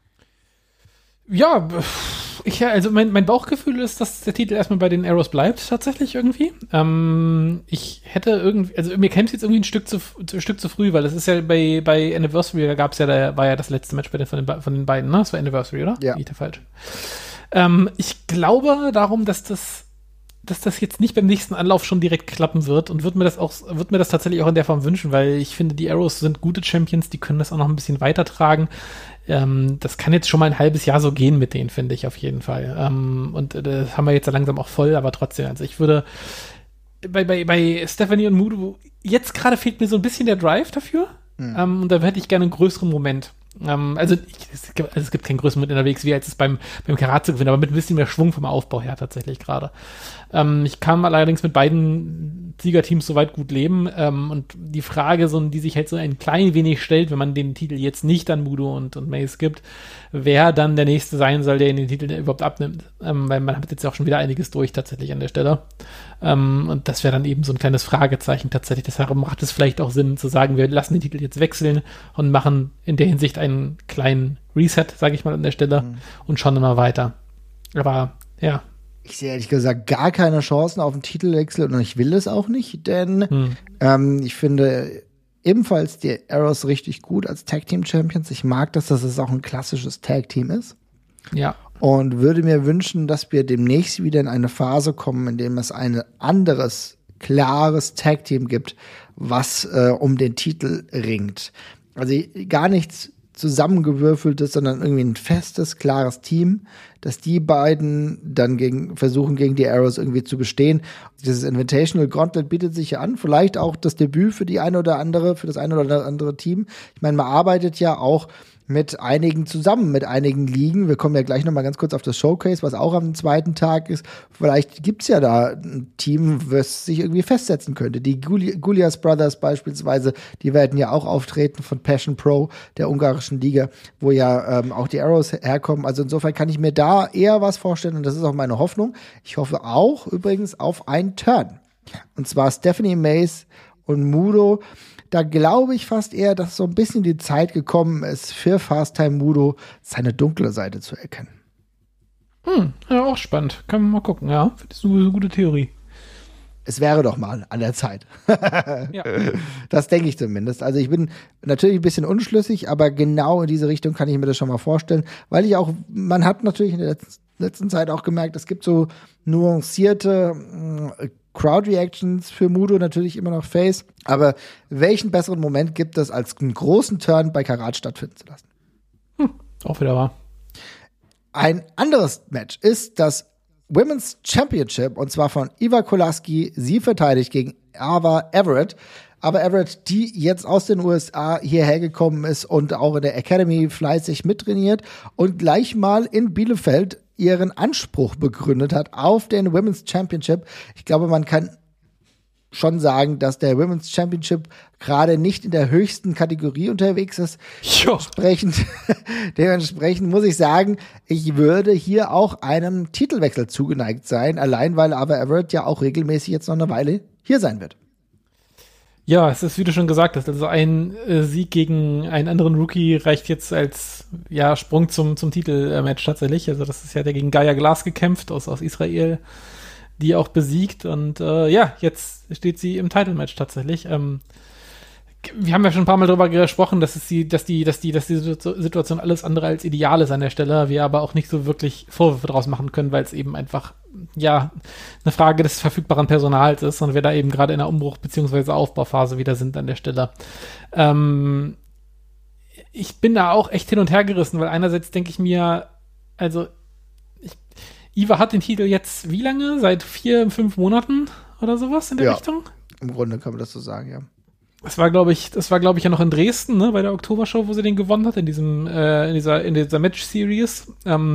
Speaker 3: Ja, also mein Bauchgefühl ist, dass der Titel erstmal bei den Arrows bleibt, tatsächlich irgendwie. Ich hätte irgendwie, also mir käme es jetzt irgendwie ein Stück zu früh, weil das ist ja bei Anniversary, da war ja das letzte Match von den beiden, ne? Das war Anniversary, oder?
Speaker 2: Ja.
Speaker 3: Nicht falsch. Ich glaube darum, dass das jetzt nicht beim nächsten Anlauf schon direkt klappen wird und würde mir das tatsächlich auch in der Form wünschen, weil ich finde, die Arrows sind gute Champions, die können das auch noch ein bisschen weitertragen. Das kann jetzt schon mal ein halbes Jahr so gehen mit denen, finde ich auf jeden Fall. Und das haben wir jetzt langsam auch voll, aber trotzdem, also ich würde bei Stephanie und Mudo, jetzt gerade fehlt mir so ein bisschen der Drive dafür. Und da hätte ich gerne einen größeren Moment. Es gibt keinen größeren Moment unterwegs, wie als es beim Karat zu gewinnen, aber mit ein bisschen mehr Schwung vom Aufbau her tatsächlich gerade. Ich kann allerdings mit beiden Siegerteams soweit gut leben. Und die Frage, die sich halt so ein klein wenig stellt, wenn man den Titel jetzt nicht an Mudo und Mace gibt, wer dann der Nächste sein soll, der den Titel überhaupt abnimmt. Weil man hat jetzt ja auch schon wieder einiges durch tatsächlich an der Stelle. Und das wäre dann eben so ein kleines Fragezeichen tatsächlich. Deshalb macht es vielleicht auch Sinn zu sagen, wir lassen den Titel jetzt wechseln und machen in der Hinsicht einen kleinen Reset, sage ich mal an der Stelle, und schauen immer weiter. Aber ja.
Speaker 2: Ich sehe ehrlich gesagt gar keine Chancen auf einen Titelwechsel und ich will es auch nicht, denn ich finde ebenfalls die Arrows richtig gut als Tag-Team-Champions. Ich mag das, dass es auch ein klassisches Tag-Team ist.
Speaker 3: Ja.
Speaker 2: Und würde mir wünschen, dass wir demnächst wieder in eine Phase kommen, in dem es ein anderes, klares Tag-Team gibt, was um den Titel ringt. Also gar nichts zusammengewürfeltes, sondern irgendwie ein festes, klares Team, dass die beiden dann versuchen, gegen die Arrows irgendwie zu bestehen. Dieses Invitational Gauntlet bietet sich ja an, vielleicht auch das Debüt für das eine oder andere Team. Ich meine, man arbeitet ja auch mit einigen Ligen. Wir kommen ja gleich noch mal ganz kurz auf das Showcase, was auch am zweiten Tag ist. Vielleicht gibt's ja da ein Team, was sich irgendwie festsetzen könnte. Die Gulias Brothers beispielsweise, die werden ja auch auftreten von Passion Pro, der ungarischen Liga, wo ja auch die Arrows herkommen. Also insofern kann ich mir da eher was vorstellen und das ist auch meine Hoffnung. Ich hoffe auch übrigens auf einen Turn. Und zwar Stephanie Mace und Mudo. Da glaube ich fast eher, dass so ein bisschen die Zeit gekommen ist, für Fast-Time Mudo seine dunkle Seite zu erkennen.
Speaker 3: Ja, auch spannend. Kann man mal gucken, ja. Das ist eine gute Theorie.
Speaker 2: Es wäre doch mal an der Zeit.
Speaker 3: Ja.
Speaker 2: Das denke ich zumindest. Also ich bin natürlich ein bisschen unschlüssig, aber genau in diese Richtung kann ich mir das schon mal vorstellen, weil man hat natürlich in der letzten Zeit auch gemerkt, es gibt so nuancierte Crowd-Reactions für Mudo, natürlich immer noch Face. Aber welchen besseren Moment gibt es, als einen großen Turn bei Karat stattfinden zu lassen?
Speaker 3: Auch wieder wahr.
Speaker 2: Ein anderes Match ist das Women's Championship, und zwar von Iva Kolaski. Sie verteidigt gegen Ava Everett. Aber Everett, die jetzt aus den USA hierher gekommen ist und auch in der Academy fleißig mittrainiert und gleich mal in Bielefeld ihren Anspruch begründet hat auf den Women's Championship. Ich glaube, man kann schon sagen, dass der Women's Championship gerade nicht in der höchsten Kategorie unterwegs ist. Dementsprechend muss ich sagen, ich würde hier auch einem Titelwechsel zugeneigt sein, allein weil Ava Everett ja auch regelmäßig jetzt noch eine Weile hier sein wird.
Speaker 3: Ja, es ist, wie du schon gesagt hast, also ein Sieg gegen einen anderen Rookie reicht jetzt als Sprung zum Titelmatch tatsächlich. Also das ist ja der gegen Gaia Glass gekämpft aus Israel, die auch besiegt und jetzt steht sie im Titelmatch tatsächlich. Wir haben ja schon ein paar Mal darüber gesprochen, dass die Situation alles andere als ideal ist an der Stelle, wir aber auch nicht so wirklich Vorwürfe draus machen können, weil es eben einfach eine Frage des verfügbaren Personals ist und wir da eben gerade in der Umbruch- bzw. Aufbauphase wieder sind an der Stelle. Ich bin da auch echt hin und her gerissen, weil einerseits denke ich mir, Iva hat den Titel jetzt wie lange? Seit 4-5 Monaten oder sowas in der Richtung?
Speaker 2: Im Grunde kann man das so sagen, ja.
Speaker 3: Das war, glaube ich, ja noch in Dresden, ne, bei der Oktobershow, wo sie den gewonnen hat, in dieser Match-Series.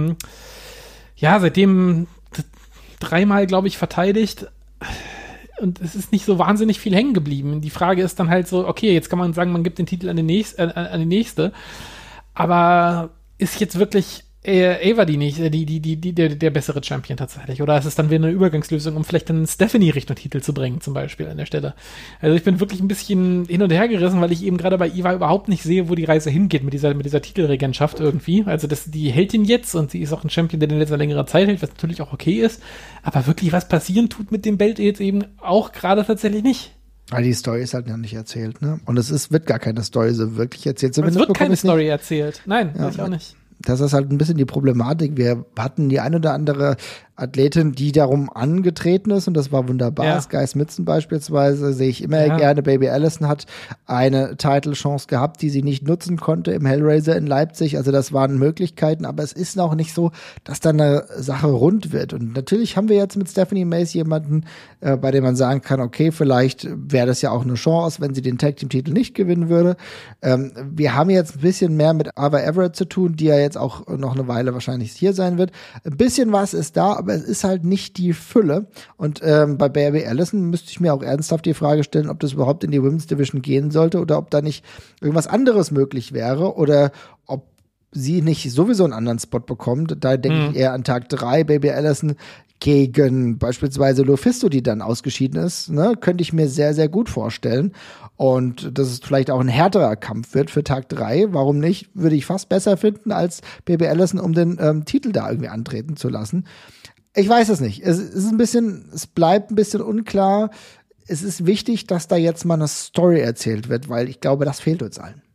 Speaker 3: Seitdem 3-mal, glaube ich, verteidigt. Und es ist nicht so wahnsinnig viel hängen geblieben. Die Frage ist dann halt so, okay, jetzt kann man sagen, man gibt den Titel an die nächste. Aber ist jetzt wirklich Ava der bessere Champion tatsächlich? Oder ist es dann wieder eine Übergangslösung, um vielleicht dann Stephanie Richtung Titel zu bringen, zum Beispiel an der Stelle? Also ich bin wirklich ein bisschen hin und her gerissen, weil ich eben gerade bei Eva überhaupt nicht sehe, wo die Reise hingeht mit dieser Titelregentschaft irgendwie. Also die hält ihn jetzt und sie ist auch ein Champion, der den jetzt eine längere Zeit hält, was natürlich auch okay ist. Aber wirklich was passieren tut mit dem Belt jetzt eben auch gerade tatsächlich nicht.
Speaker 2: Weil die Story ist halt noch nicht erzählt, ne? Und wird gar keine Story so wirklich erzählt.
Speaker 3: Es wird keine Story erzählt. Nein, weiß ich auch nicht.
Speaker 2: Das ist halt ein bisschen die Problematik. Wir hatten die ein oder andere Athletin, die darum angetreten ist und das war wunderbar.
Speaker 3: Ja.
Speaker 2: Sky Smithson beispielsweise sehe ich immer gerne. Baby Allison hat eine Title-Chance gehabt, die sie nicht nutzen konnte im Hellraiser in Leipzig. Also das waren Möglichkeiten, aber es ist noch nicht so, dass dann eine Sache rund wird. Und natürlich haben wir jetzt mit Stephanie Mace jemanden, bei dem man sagen kann, okay, vielleicht wäre das ja auch eine Chance, wenn sie den Tag-Team-Titel nicht gewinnen würde. Wir haben jetzt ein bisschen mehr mit Ava Everett zu tun, die ja jetzt auch noch eine Weile wahrscheinlich hier sein wird. Ein bisschen was ist da, aber es ist halt nicht die Fülle. Und bei Baby Allison müsste ich mir auch ernsthaft die Frage stellen, ob das überhaupt in die Women's Division gehen sollte oder ob da nicht irgendwas anderes möglich wäre oder ob sie nicht sowieso einen anderen Spot bekommt. Da denke ich eher an Tag 3, Baby Allison gegen beispielsweise Lufisto, die dann ausgeschieden ist, ne, könnte ich mir sehr, sehr gut vorstellen. Und dass es vielleicht auch ein härterer Kampf wird für Tag 3. Warum nicht? Würde ich fast besser finden, als Baby Allison, um den Titel da irgendwie antreten zu lassen. Ich weiß es nicht. Es bleibt ein bisschen unklar. Es ist wichtig, dass da jetzt mal eine Story erzählt wird, weil ich glaube, das fehlt uns allen.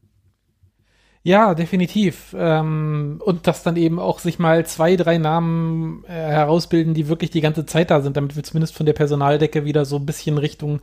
Speaker 3: Ja, definitiv. Und dass dann eben auch sich mal 2, 3 Namen herausbilden, die wirklich die ganze Zeit da sind, damit wir zumindest von der Personaldecke wieder so ein bisschen Richtung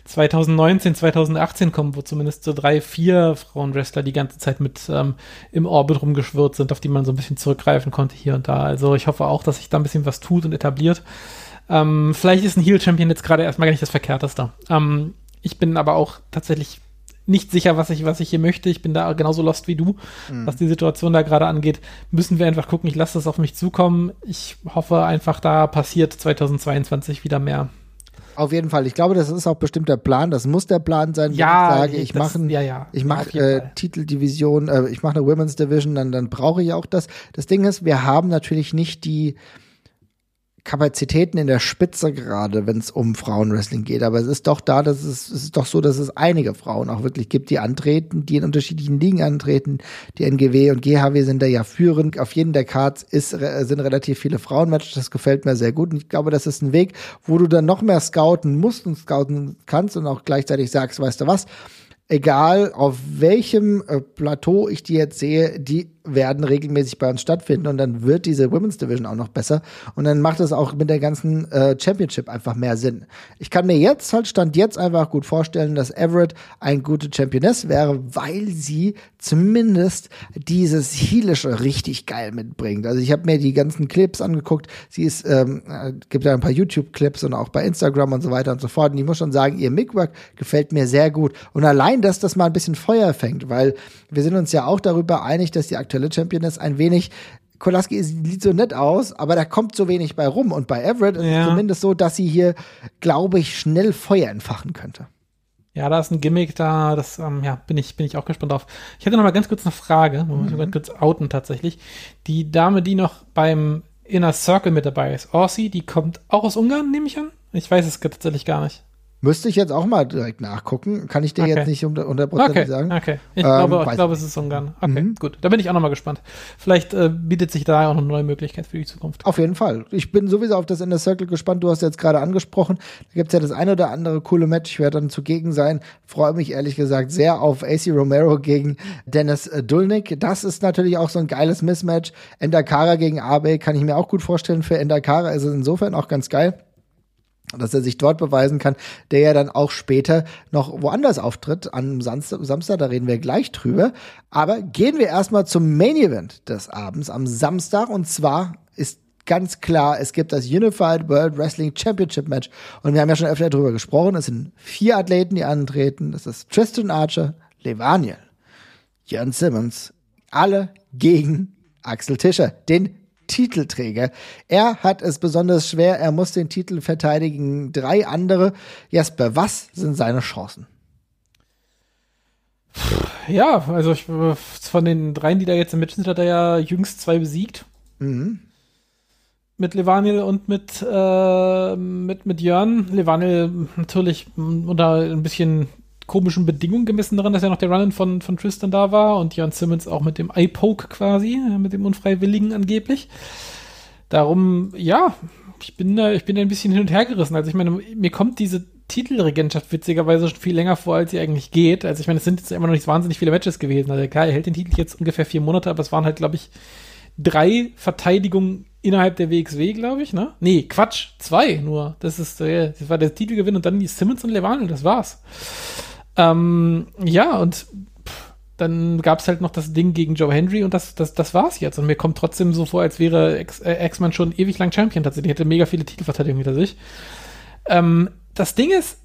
Speaker 3: 2019, 2018 kommen, wo zumindest so 3, 4 Frauenwrestler die ganze Zeit mit im Orbit rumgeschwirrt sind, auf die man so ein bisschen zurückgreifen konnte hier und da. Also ich hoffe auch, dass sich da ein bisschen was tut und etabliert. Vielleicht ist ein Heel-Champion jetzt gerade erstmal gar nicht das Verkehrteste. Ich bin aber auch tatsächlich nicht sicher, was ich hier möchte. Ich bin da genauso lost wie du, was die Situation da gerade angeht. Müssen wir einfach gucken. Ich lasse das auf mich zukommen. Ich hoffe einfach, da passiert 2022 wieder mehr.
Speaker 2: Auf jeden Fall. Ich glaube, das ist auch bestimmt der Plan. Das muss der Plan sein, wenn ich sage, ich mache Titeldivision, ich mache eine Women's Division, dann brauche ich auch das. Das Ding ist, wir haben natürlich nicht die Kapazitäten in der Spitze gerade, wenn es um Frauenwrestling geht. Aber es ist doch es ist doch so, dass es einige Frauen auch wirklich gibt, die antreten, die in unterschiedlichen Ligen antreten. Die NGW und GHW sind da ja führend. Auf jeden der Cards sind relativ viele Frauenmatches. Das gefällt mir sehr gut. Und ich glaube, das ist ein Weg, wo du dann noch mehr scouten musst und scouten kannst und auch gleichzeitig sagst, weißt du was? Egal auf welchem Plateau ich die jetzt sehe, die werden regelmäßig bei uns stattfinden und dann wird diese Women's Division auch noch besser und dann macht es auch mit der ganzen Championship einfach mehr Sinn. Ich kann mir Stand jetzt einfach gut vorstellen, dass Everett eine gute Championess wäre, weil sie zumindest dieses Heelische richtig geil mitbringt. Also ich habe mir die ganzen Clips angeguckt, sie ist, gibt ja ein paar YouTube-Clips und auch bei Instagram und so weiter und so fort und ich muss schon sagen, ihr Mic-Work gefällt mir sehr gut und allein, dass das mal ein bisschen Feuer fängt, weil wir sind uns ja auch darüber einig, dass die aktuelle Championess ein wenig, Kolaski sieht so nett aus, aber da kommt so wenig bei rum. Und bei Everett ist es zumindest so, dass sie hier, glaube ich, schnell Feuer entfachen könnte.
Speaker 3: Ja, da ist ein Gimmick da, das bin ich auch gespannt drauf. Ich hätte noch mal ganz kurz eine Frage, muss ich ganz kurz outen tatsächlich. Die Dame, die noch beim Inner Circle mit dabei ist, Orsi, die kommt auch aus Ungarn, nehme ich an? Ich weiß es tatsächlich gar nicht.
Speaker 2: Müsste ich jetzt auch mal direkt nachgucken. Kann ich dir jetzt nicht 100% sagen.
Speaker 3: Okay, ich glaube, es ist Ungarn. Okay, gut. Da bin ich auch noch mal gespannt. Vielleicht bietet sich da auch noch eine neue Möglichkeit für die Zukunft.
Speaker 2: Auf jeden Fall. Ich bin sowieso auf das Inner Circle gespannt. Du hast jetzt gerade angesprochen. Da gibt es ja das eine oder andere coole Match. Ich werde dann zugegen sein. Freue mich ehrlich gesagt sehr auf AC Romero gegen Dennis Dulnik. Das ist natürlich auch so ein geiles Mismatch. Ender Kara gegen Abe kann ich mir auch gut vorstellen. Für Ender Kara ist es insofern auch ganz geil, dass er sich dort beweisen kann, der ja dann auch später noch woanders auftritt, am Samstag, da reden wir gleich drüber. Aber gehen wir erstmal zum Main Event des Abends am Samstag und zwar ist ganz klar, es gibt das Unified World Wrestling Championship Match und wir haben ja schon öfter darüber gesprochen, es sind 4 Athleten, die antreten, das ist Tristan Archer, Levaniel, Jörn Simmons, alle gegen Axel Tischer, den Titelträger. Er hat es besonders schwer, er muss den Titel verteidigen. 3 andere. Jesper, was sind seine Chancen?
Speaker 3: Ja, also von den 3, die da jetzt im Match sind, hat er ja jüngst 2 besiegt. Mit Levaniel und mit Jörn. Levaniel natürlich unter ein bisschen komischen Bedingungen gemessen daran, dass ja noch der Run-In von Tristan da war und Jörn Simmons auch mit dem Eye-Poke quasi, mit dem Unfreiwilligen angeblich. Darum, ja, ich bin da ein bisschen hin und her gerissen. Also ich meine, mir kommt diese Titelregentschaft witzigerweise schon viel länger vor, als sie eigentlich geht. Also ich meine, es sind jetzt immer noch nicht wahnsinnig viele Matches gewesen. Also klar, er hält den Titel jetzt ungefähr 4 Monate, aber es waren halt, glaube ich, 3 Verteidigungen innerhalb der WXW, glaube ich, ne? Nee, Quatsch, 2 nur. Das war der Titelgewinn und dann die Simmons und Levaniel, das war's. Ja, und dann gab's halt noch das Ding gegen Joe Hendry und das war's jetzt. Und mir kommt trotzdem so vor, als wäre X-Man schon ewig lang Champion tatsächlich. Hätte mega viele Titelverteidigungen hinter sich. Das Ding ist,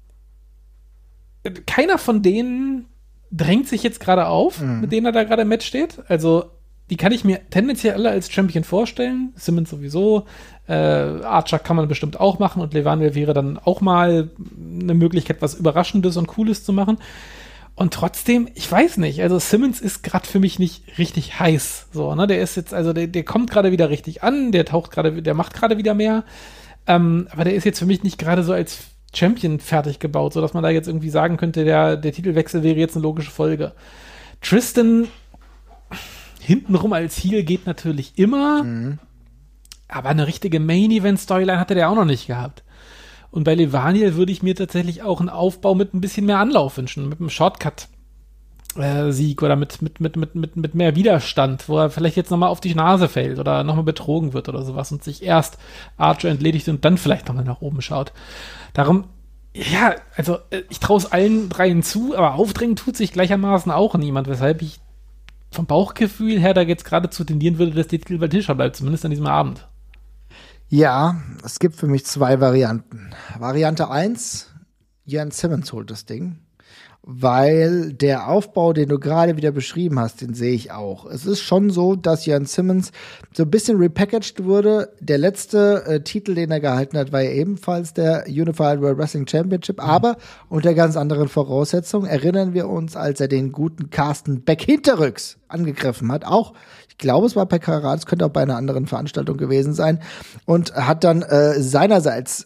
Speaker 3: keiner von denen drängt sich jetzt gerade auf, mit denen er da gerade im Match steht. Also, die kann ich mir tendenziell alle als Champion vorstellen. Simmons sowieso. Archer kann man bestimmt auch machen und Levaniel wäre dann auch mal eine Möglichkeit, was Überraschendes und Cooles zu machen. Und trotzdem, ich weiß nicht, also Simmons ist gerade für mich nicht richtig heiß. So, ne? Der ist jetzt, also der kommt gerade wieder richtig an, der macht gerade wieder mehr. Aber der ist jetzt für mich nicht gerade so als Champion fertig gebaut, sodass man da jetzt irgendwie sagen könnte, der Titelwechsel wäre jetzt eine logische Folge. Tristan hintenrum als Heel geht natürlich immer, aber eine richtige Main-Event-Storyline hatte der auch noch nicht gehabt. Und bei Levaniel würde ich mir tatsächlich auch einen Aufbau mit ein bisschen mehr Anlauf wünschen, mit einem Shortcut-Sieg oder mit mehr Widerstand, wo er vielleicht jetzt nochmal auf die Nase fällt oder nochmal betrogen wird oder sowas und sich erst Archer entledigt und dann vielleicht nochmal nach oben schaut. Darum, ja, also ich traue es allen dreien zu, aber aufdrängen tut sich gleichermaßen auch niemand, weshalb ich vom Bauchgefühl her da jetzt geradezu tendieren würde, dass der Titel bei Tischer bleibt, zumindest an diesem Abend.
Speaker 2: Ja, es gibt für mich 2 Varianten. Variante 1, Jan Simmons holt das Ding, weil der Aufbau, den du gerade wieder beschrieben hast, den sehe ich auch. Es ist schon so, dass Jan Simmons so ein bisschen repackaged wurde. Der letzte Titel, den er gehalten hat, war ja ebenfalls der Unified World Wrestling Championship, aber unter ganz anderen Voraussetzungen. Erinnern wir uns, als er den guten Carsten Beck hinterrücks angegriffen hat, auch ich glaube, es war bei Karat, es könnte auch bei einer anderen Veranstaltung gewesen sein, und hat dann seinerseits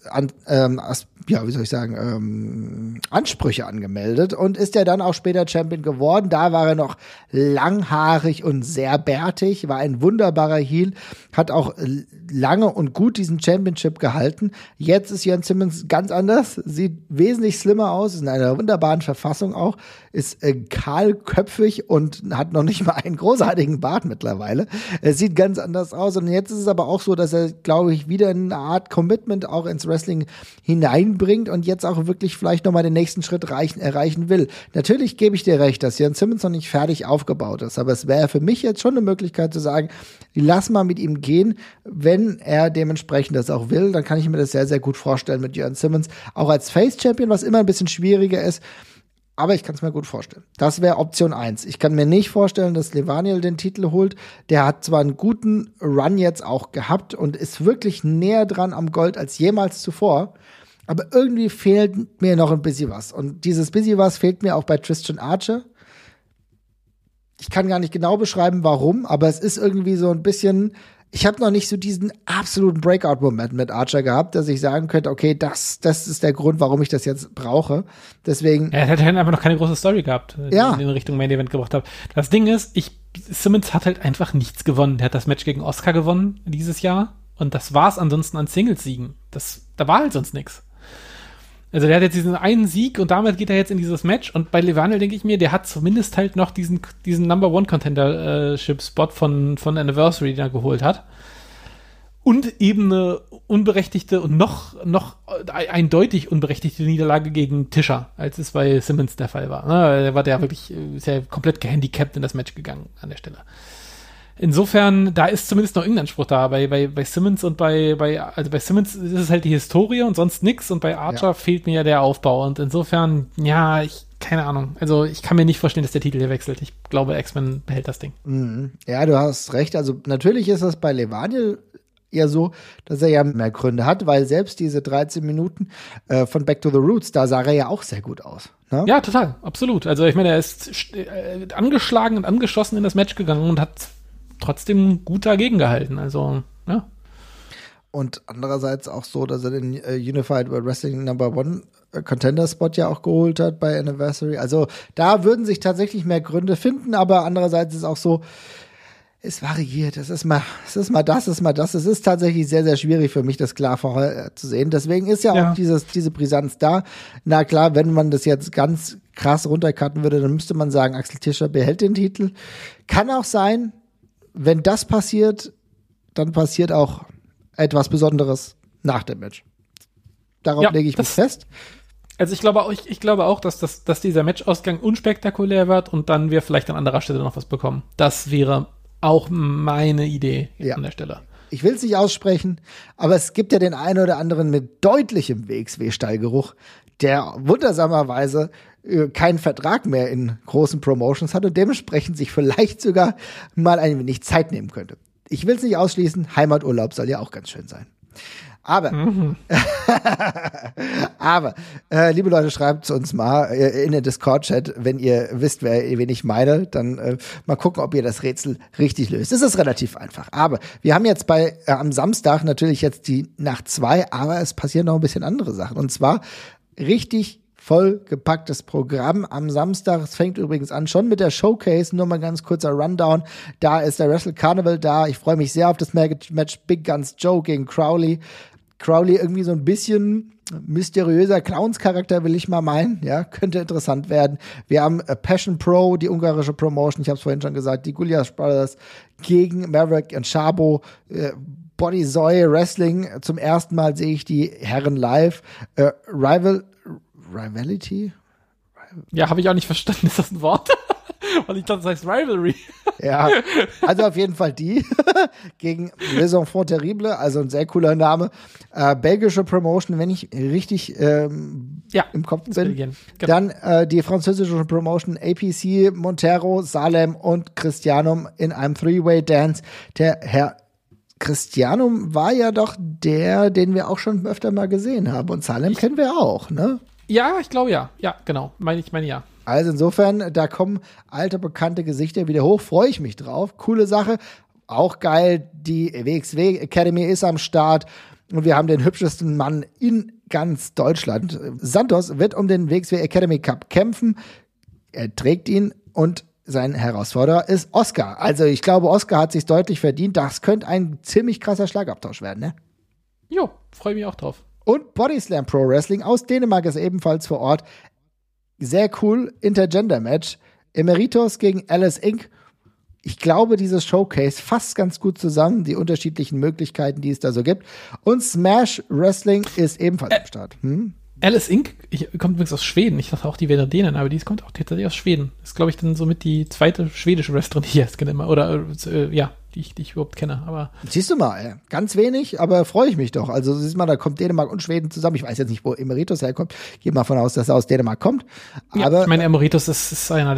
Speaker 2: Ansprüche angemeldet und ist ja dann auch später Champion geworden. Da war er noch langhaarig und sehr bärtig, war ein wunderbarer Heel, hat auch lange und gut diesen Championship gehalten. Jetzt ist Jan Simmons ganz anders, sieht wesentlich slimmer aus, ist in einer wunderbaren Verfassung auch, ist kahlköpfig und hat noch nicht mal einen großartigen Bart mittlerweile. Es sieht ganz anders aus und jetzt ist es aber auch so, dass er, glaube ich, wieder eine Art Commitment auch ins Wrestling hineinbringt und jetzt auch wirklich vielleicht nochmal den nächsten Schritt erreichen will. Natürlich gebe ich dir recht, dass Jan Simmons noch nicht fertig aufgebaut ist, aber es wäre für mich jetzt schon eine Möglichkeit zu sagen, lass mal mit ihm gehen, wenn er dementsprechend das auch will, dann kann ich mir das sehr, sehr gut vorstellen mit Jan Simmons, auch als Face-Champion, was immer ein bisschen schwieriger ist, aber ich kann es mir gut vorstellen. Das wäre Option 1. Ich kann mir nicht vorstellen, dass Levaniel den Titel holt. Der hat zwar einen guten Run jetzt auch gehabt und ist wirklich näher dran am Gold als jemals zuvor, aber irgendwie fehlt mir noch ein bisschen was. Und dieses bisschen was fehlt mir auch bei Tristan Archer. Ich kann gar nicht genau beschreiben, warum, aber es ist irgendwie so ein bisschen, ich habe noch nicht so diesen absoluten Breakout-Moment mit Archer gehabt, dass ich sagen könnte, okay, das ist der Grund, warum ich das jetzt brauche. Deswegen.
Speaker 3: Er hat halt einfach noch keine große Story gehabt, die in Richtung Main Event gebracht hat. Das Ding ist, Simmons hat halt einfach nichts gewonnen. Der hat das Match gegen Oscar gewonnen dieses Jahr und das war's ansonsten an Singles-Siegen. Da war halt sonst nichts. Also der hat jetzt diesen einen Sieg und damit geht er jetzt in dieses Match und bei Levaniel denke ich mir, der hat zumindest halt noch diesen Number-One-Contendership-Spot von Anniversary, den er geholt hat. Und eben eine unberechtigte und noch eindeutig unberechtigte Niederlage gegen Tischer, als es bei Simmons der Fall war. Er war ja wirklich, ist ja komplett gehandicapt in das Match gegangen an der Stelle. Insofern, da ist zumindest noch irgendein Anspruch da. Bei Simmons und bei Simmons ist es halt die Historie und sonst nix und bei Archer fehlt mir ja der Aufbau und insofern, ja, keine Ahnung. Also ich kann mir nicht vorstellen, dass der Titel hier wechselt. Ich glaube, X-Men behält das Ding.
Speaker 2: Ja, du hast recht. Also natürlich ist das bei Levaniel eher so, dass er ja mehr Gründe hat, weil selbst diese 13 Minuten von Back to the Roots, da sah er ja auch sehr gut aus. Ne?
Speaker 3: Ja, total, absolut. Also ich meine, er ist angeschlagen und angeschossen in das Match gegangen und hat trotzdem gut dagegen gehalten, also, ja.
Speaker 2: Und andererseits auch so, dass er den Unified World Wrestling Number One Contender Spot ja auch geholt hat bei Anniversary. Also da würden sich tatsächlich mehr Gründe finden, aber andererseits ist auch so, es variiert. Es ist mal das. Es ist tatsächlich sehr, sehr schwierig für mich, das klar vorherzusehen. Deswegen ist ja auch diese Brisanz da. Na klar, wenn man das jetzt ganz krass runtercutten würde, dann müsste man sagen, Axel Tischer behält den Titel. Kann auch sein, wenn das passiert, dann passiert auch etwas Besonderes nach dem Match. Darauf lege ich mich fest.
Speaker 3: Also ich glaube auch, dass dieser Matchausgang unspektakulär wird und dann wir vielleicht an anderer Stelle noch was bekommen. Das wäre auch meine Idee an der Stelle.
Speaker 2: Ich will es nicht aussprechen, aber es gibt ja den einen oder anderen mit deutlichem WXW-Stallgeruch, der wundersamerweise keinen Vertrag mehr in großen Promotions hat und dementsprechend sich vielleicht sogar mal ein wenig Zeit nehmen könnte. Ich will es nicht ausschließen, Heimaturlaub soll ja auch ganz schön sein. Aber, liebe Leute, schreibt uns mal in den Discord-Chat, wenn ihr wisst, wen ich meine, dann mal gucken, ob ihr das Rätsel richtig löst. Es ist relativ einfach. Aber wir haben jetzt am Samstag natürlich jetzt die Nacht 2, aber es passieren noch ein bisschen andere Sachen. Und zwar richtig vollgepacktes Programm am Samstag. Es fängt übrigens an schon mit der Showcase. Nur mal ganz kurzer Rundown. Da ist der Wrestle Carnival da. Ich freue mich sehr auf das Match Big Guns Joe gegen Crowley. Crowley irgendwie so ein bisschen mysteriöser Clowns-Charakter, will ich mal meinen. Ja, könnte interessant werden. Wir haben Passion Pro, die ungarische Promotion. Ich habe es vorhin schon gesagt. Die Gullias Brothers gegen Maverick und Szabo. Bodyzoy Wrestling. Zum ersten Mal sehe ich die Herren live. Rivality?
Speaker 3: Ja, habe ich auch nicht verstanden. Ist das ein Wort? Weil ich dachte, das heißt Rivalry.
Speaker 2: Ja, also auf jeden Fall die gegen Les Enfants Terribles, also ein sehr cooler Name. Belgische Promotion, wenn ich richtig im Kopf bin.
Speaker 3: Genau.
Speaker 2: Dann die französische Promotion APC, Montero, Salem und Christianum in einem Three-Way-Dance. Der Herr Christianum war ja doch der, den wir auch schon öfter mal gesehen haben. Und Salem kennen wir auch, ne?
Speaker 3: Ja, ich glaube ja. Ja, genau. Meine ja.
Speaker 2: Also insofern, da kommen alte, bekannte Gesichter wieder hoch. Freue ich mich drauf. Coole Sache. Auch geil, die WXW Academy ist am Start. Und wir haben den hübschesten Mann in ganz Deutschland. Santos wird um den WXW Academy Cup kämpfen. Er trägt ihn und sein Herausforderer ist Oscar. Also ich glaube, Oscar hat sich deutlich verdient. Das könnte ein ziemlich krasser Schlagabtausch werden, ne?
Speaker 3: Jo, freue mich auch drauf.
Speaker 2: Und Bodyslam Pro Wrestling aus Dänemark ist ebenfalls vor Ort. Sehr cool, Intergender-Match. Emeritus gegen Alice Inc. Ich glaube, dieses Showcase fasst ganz gut zusammen, die unterschiedlichen Möglichkeiten, die es da so gibt. Und Smash Wrestling ist ebenfalls am Start.
Speaker 3: Alice Inc. Kommt übrigens aus Schweden. Ich dachte auch, die wäre Dänen, aber die kommt auch tatsächlich aus Schweden. Ist, glaube ich, dann somit die zweite schwedische Wrestlerin, die ich jetzt kenne. Oder, die ich überhaupt kenne. Aber
Speaker 2: siehst du mal, ganz wenig, aber freue ich mich doch. Also siehst mal, da kommt Dänemark und Schweden zusammen. Ich weiß jetzt nicht, wo Emeritus herkommt. Gehe mal von aus, dass er aus Dänemark kommt. Aber
Speaker 3: ich meine, Emeritus ist einer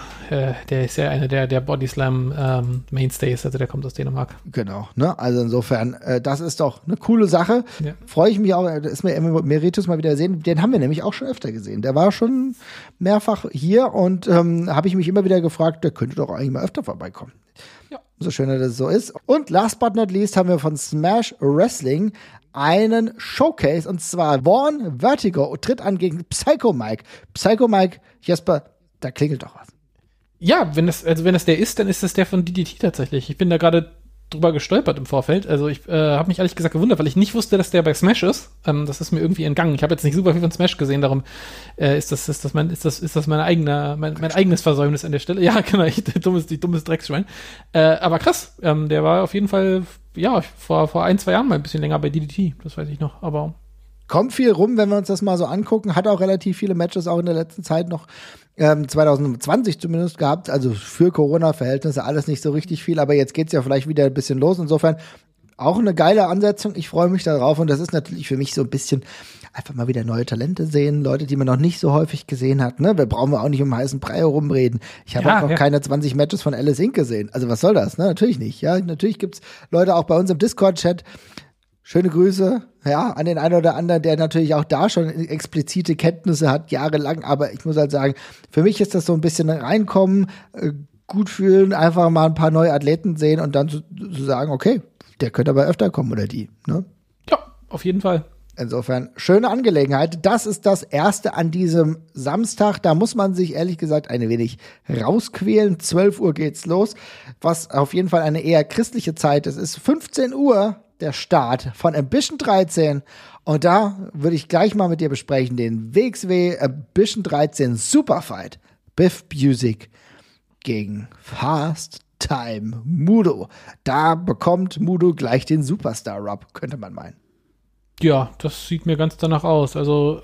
Speaker 3: der ist ja einer der Bodyslam Mainstays, also der kommt aus Dänemark.
Speaker 2: Genau, ne? Also insofern, das ist doch eine coole Sache. Ja. Freue ich mich auch, dass wir Emeritus mal wieder sehen. Den haben wir nämlich auch schon öfter gesehen. Der war schon mehrfach hier und habe ich mich immer wieder gefragt, der könnte doch eigentlich mal öfter vorbeikommen. Ja. So schön, dass es so ist. Und last but not least haben wir von Smash Wrestling einen Showcase, und zwar Vaughn Vertigo tritt an gegen Psycho Mike. Psycho Mike, Jesper, da klingelt doch was.
Speaker 3: Ja, wenn das der ist, dann ist das der von DDT tatsächlich. Ich bin da gerade drüber gestolpert im Vorfeld. Also ich habe mich ehrlich gesagt gewundert, weil ich nicht wusste, dass der bei Smash ist. Das ist mir irgendwie entgangen. Ich habe jetzt nicht super viel von Smash gesehen, darum ist das mein eigenes Versäumnis an der Stelle. Ja, genau, die dummes Drecksschwein. Aber krass, der war auf jeden Fall, ja, vor 1-2 Jahren mal ein bisschen länger bei DDT, das weiß ich noch, aber
Speaker 2: kommt viel rum, wenn wir uns das mal so angucken. Hat auch relativ viele Matches auch in der letzten Zeit noch 2020 zumindest gehabt. Also für Corona-Verhältnisse alles nicht so richtig viel. Aber jetzt geht's ja vielleicht wieder ein bisschen los. Insofern auch eine geile Ansetzung. Ich freue mich darauf. Und das ist natürlich für mich so ein bisschen einfach mal wieder neue Talente sehen. Leute, die man noch nicht so häufig gesehen hat. Ne? Wir brauchen auch nicht um heißen Brei herumreden. Ich habe auch noch keine 20 Matches von Alice Inc. gesehen. Also was soll das? Ne? Natürlich nicht. Ja, natürlich gibt's Leute auch bei uns im Discord-Chat. Schöne Grüße, ja, an den einen oder anderen, der natürlich auch da schon explizite Kenntnisse hat, jahrelang. Aber ich muss halt sagen, für mich ist das so ein bisschen reinkommen, gut fühlen, einfach mal ein paar neue Athleten sehen und dann zu sagen, okay, der könnte aber öfter kommen oder die, ne?
Speaker 3: Ja, auf jeden Fall.
Speaker 2: Insofern, schöne Angelegenheit. Das ist das Erste an diesem Samstag. Da muss man sich ehrlich gesagt ein wenig rausquälen. 12 Uhr geht's los, was auf jeden Fall eine eher christliche Zeit ist. Es ist 15 Uhr. Der Start von Ambition 13 und da würde ich gleich mal mit dir besprechen den WXW Ambition 13 Superfight Biff Busick gegen Fast Time Mudo. Da bekommt Mudo gleich den Superstar-Rub, könnte man meinen.
Speaker 3: Ja, das sieht mir ganz danach aus. Also,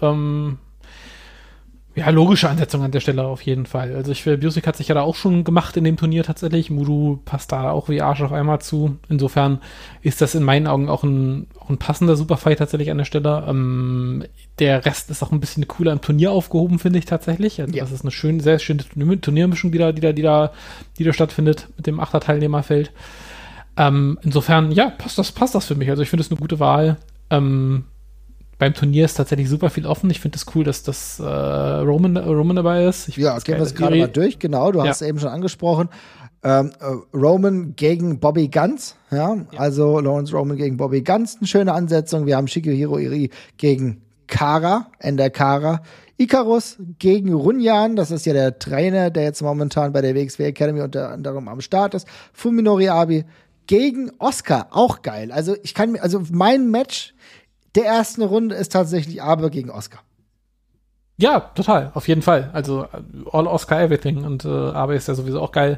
Speaker 3: ja, logische Ansetzung an der Stelle auf jeden Fall. Also ich finde, Biosik hat sich ja da auch schon gemacht in dem Turnier tatsächlich. Mudo passt da auch wie Arsch auf einmal zu. Insofern ist das in meinen Augen auch ein passender Superfight tatsächlich an der Stelle. Der Rest ist auch ein bisschen cooler im Turnier aufgehoben, finde ich tatsächlich. Also das ist eine sehr schöne Turniermischung, die da stattfindet mit dem 8er-Teilnehmerfeld. Insofern, ja, passt das für mich. Also ich finde es eine gute Wahl. Beim Turnier ist tatsächlich super viel offen. Ich finde es cool, dass das Roman dabei ist.
Speaker 2: Gehen wir es gerade mal durch. Genau, du hast es eben schon angesprochen. Roman gegen Bobby Guns. Ja, also Lawrence Roman gegen Bobby Guns. Eine schöne Ansetzung. Wir haben Shigehiro Iri gegen Ender Kara. Icarus gegen Runyan. Das ist ja der Trainer, der jetzt momentan bei der WXW Academy unter anderem am Start ist. Fuminori Abe gegen Oscar. Auch geil. Also mein Match der ersten Runde ist tatsächlich Abe gegen Oscar.
Speaker 3: Ja, total, auf jeden Fall. Also all Oscar everything und Abe ist ja sowieso auch geil.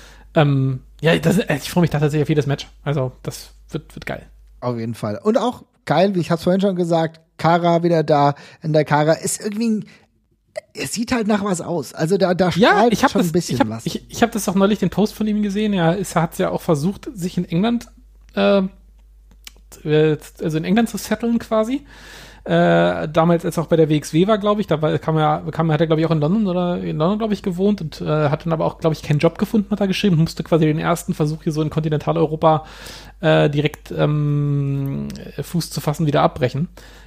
Speaker 3: Ich freue mich da tatsächlich auf jedes Match. Also das wird geil. Auf jeden Fall.
Speaker 2: Und auch geil, wie ich hab's vorhin schon gesagt, Kara wieder da. In der Kara ist irgendwie, es sieht halt nach was aus. Also da strahlt schon ein bisschen was.
Speaker 3: Ich habe das auch neulich den Post von ihm gesehen. Ja, er hat ja auch versucht, sich in England in England zu settlen quasi. Damals, als er auch bei der WXW war, glaube ich, hat er, glaube ich, auch in London, glaube ich, gewohnt und hat dann aber auch, glaube ich, keinen Job gefunden, hat er geschrieben, musste quasi den ersten Versuch hier so in Kontinentaleuropa direkt Fuß zu fassen, wieder abbrechen.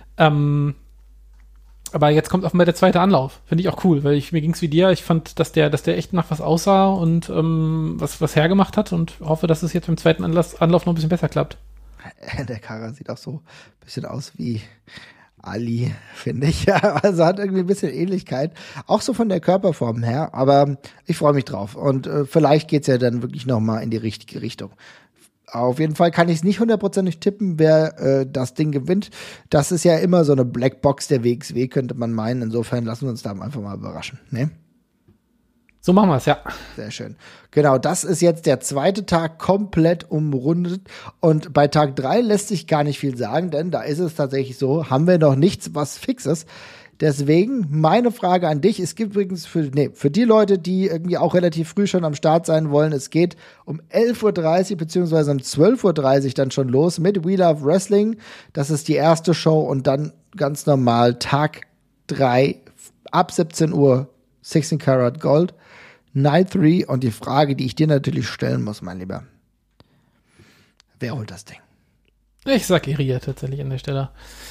Speaker 3: Aber jetzt kommt offenbar der zweite Anlauf. Finde ich auch cool, weil mir ging's wie dir. Ich fand, dass der echt nach was aussah und was hergemacht hat und hoffe, dass es jetzt beim zweiten Anlauf noch ein bisschen besser klappt.
Speaker 2: Der Kara sieht auch so ein bisschen aus wie Ali, finde ich. Ja, also hat irgendwie ein bisschen Ähnlichkeit. Auch so von der Körperform her. Aber ich freue mich drauf. Und vielleicht geht's ja dann wirklich noch mal in die richtige Richtung. Auf jeden Fall kann ich es nicht 100% tippen, wer das Ding gewinnt. Das ist ja immer so eine Blackbox der WXW, könnte man meinen. Insofern lassen wir uns da einfach mal überraschen. Ne?
Speaker 3: So machen wir es, ja.
Speaker 2: Sehr schön. Genau, das ist jetzt der zweite Tag komplett umrundet. Und bei Tag 3 lässt sich gar nicht viel sagen, denn da ist es tatsächlich so, haben wir noch nichts, was fix ist. Deswegen meine Frage an dich, es gibt übrigens für die Leute, die irgendwie auch relativ früh schon am Start sein wollen, es geht um 11:30 Uhr beziehungsweise um 12:30 Uhr dann schon los mit We Love Wrestling. Das ist die erste Show und dann ganz normal Tag 3 ab 17 Uhr 16 Karat Gold. Night 3 und die Frage, die ich dir natürlich stellen muss, mein Lieber. Wer holt das Ding?
Speaker 3: Ich sag Iria tatsächlich an der Stelle.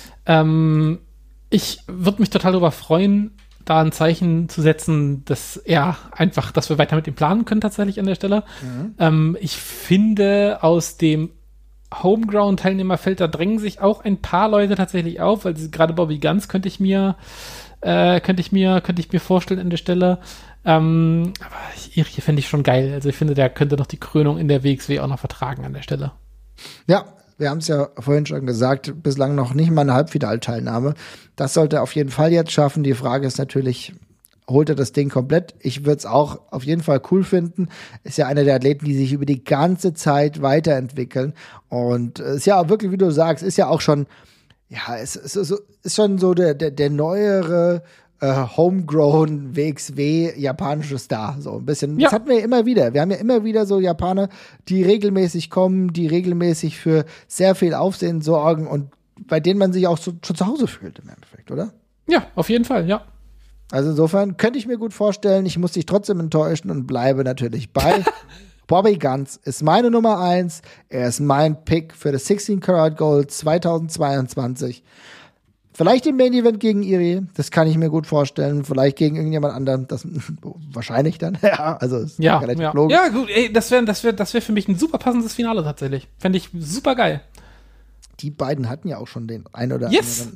Speaker 3: Ich würde mich total darüber freuen, da ein Zeichen zu setzen, dass wir weiter mit ihm planen können tatsächlich an der Stelle. Mhm. Ich finde, aus dem Homeground-Teilnehmerfeld, da drängen sich auch ein paar Leute tatsächlich auf, weil gerade Bobby Guns könnte ich mir vorstellen an der Stelle. Aber Irie finde ich schon geil. Also ich finde, der könnte noch die Krönung in der WXW auch noch vertragen an der Stelle.
Speaker 2: Ja, wir haben es ja vorhin schon gesagt, bislang noch nicht mal eine Halbfinalteilnahme. Das sollte er auf jeden Fall jetzt schaffen. Die Frage ist natürlich, holt er das Ding komplett? Ich würde es auch auf jeden Fall cool finden. Ist ja einer der Athleten, die sich über die ganze Zeit weiterentwickeln. Und ist ja auch wirklich, wie du sagst, ist ja auch schon, ja, es ist schon so der neuere Homegrown WXW japanische Star, so ein bisschen. Ja. Das hatten wir ja immer wieder. Wir haben ja immer wieder so Japaner, die regelmäßig kommen, die regelmäßig für sehr viel Aufsehen sorgen und bei denen man sich auch schon zu Hause fühlt im Endeffekt, oder?
Speaker 3: Ja, auf jeden Fall, ja.
Speaker 2: Also insofern könnte ich mir gut vorstellen, ich muss dich trotzdem enttäuschen und bleibe natürlich bei Bobby Guns ist meine Nummer 1. Er ist mein Pick für das 16 Karat Gold 2022. Vielleicht im Main Event gegen Irie, das kann ich mir gut vorstellen. Vielleicht gegen irgendjemand anderen, das wahrscheinlich dann. Ja, also ist relativ logisch.
Speaker 3: Ja, gut, ey, das wär für mich ein super passendes Finale tatsächlich. Fände ich super geil.
Speaker 2: Die beiden hatten ja auch schon den ein oder
Speaker 3: anderen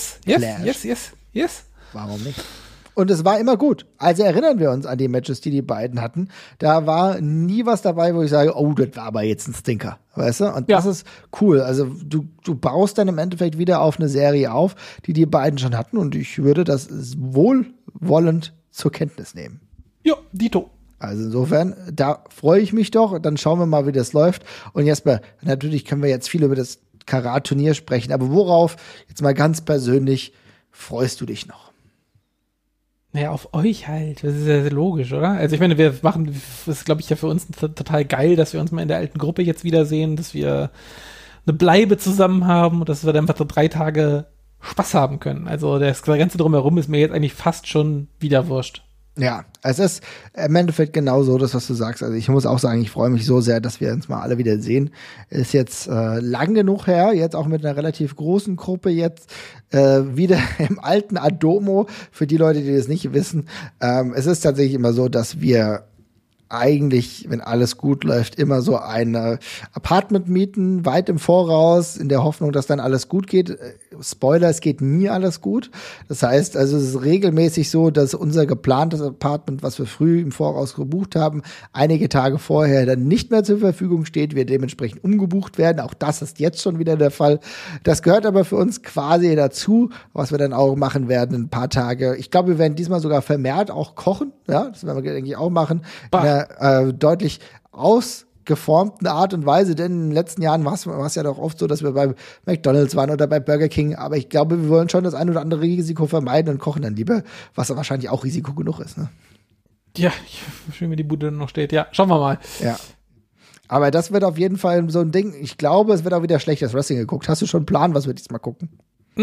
Speaker 3: Yes.
Speaker 2: Warum nicht? Und es war immer gut. Also erinnern wir uns an die Matches, die beiden hatten. Da war nie was dabei, wo ich sage, oh, das war aber jetzt ein Stinker. Weißt du? Und das ist cool. Also du baust dann im Endeffekt wieder auf eine Serie auf, die beiden schon hatten. Und ich würde das wohlwollend zur Kenntnis nehmen.
Speaker 3: Ja, dito.
Speaker 2: Also insofern, da freue ich mich doch. Dann schauen wir mal, wie das läuft. Und Jesper, natürlich können wir jetzt viel über das Karat-Turnier sprechen, aber worauf, jetzt mal ganz persönlich, freust du dich noch?
Speaker 3: Naja, auf euch halt. Das ist ja logisch, oder? Also ich meine, das ist, glaube ich, ja für uns total geil, dass wir uns mal in der alten Gruppe jetzt wiedersehen, dass wir eine Bleibe zusammen haben und dass wir dann einfach so 3 Tage Spaß haben können. Also das Ganze drumherum ist mir jetzt eigentlich fast schon wieder wurscht.
Speaker 2: Ja, es ist im Endeffekt genau so, das, was du sagst. Also ich muss auch sagen, ich freue mich so sehr, dass wir uns mal alle wieder sehen. Ist jetzt lang genug her, jetzt auch mit einer relativ großen Gruppe jetzt wieder im alten Adomo. Für die Leute, die das nicht wissen, es ist tatsächlich immer so, dass wir eigentlich, wenn alles gut läuft, immer so ein Apartment mieten, weit im Voraus, in der Hoffnung, dass dann alles gut geht. Spoiler, es geht nie alles gut. Das heißt, also es ist regelmäßig so, dass unser geplantes Apartment, was wir früh im Voraus gebucht haben, einige Tage vorher dann nicht mehr zur Verfügung steht, wir dementsprechend umgebucht werden. Auch das ist jetzt schon wieder der Fall. Das gehört aber für uns quasi dazu, was wir dann auch machen werden, ein paar Tage. Ich glaube, wir werden diesmal sogar vermehrt auch kochen. Ja, das werden wir, denke ich, auch machen. Deutlich ausgeformten Art und Weise, denn in den letzten Jahren war es ja doch oft so, dass wir bei McDonald's waren oder bei Burger King, aber ich glaube, wir wollen schon das ein oder andere Risiko vermeiden und kochen dann lieber, was dann wahrscheinlich auch Risiko genug ist. Ne?
Speaker 3: Ja, schön, wie die Bude noch steht. Ja, schauen wir mal.
Speaker 2: Ja. Aber das wird auf jeden Fall so ein Ding. Ich glaube, es wird auch wieder schlechtes Wrestling geguckt. Hast du schon einen Plan, was wir diesmal gucken?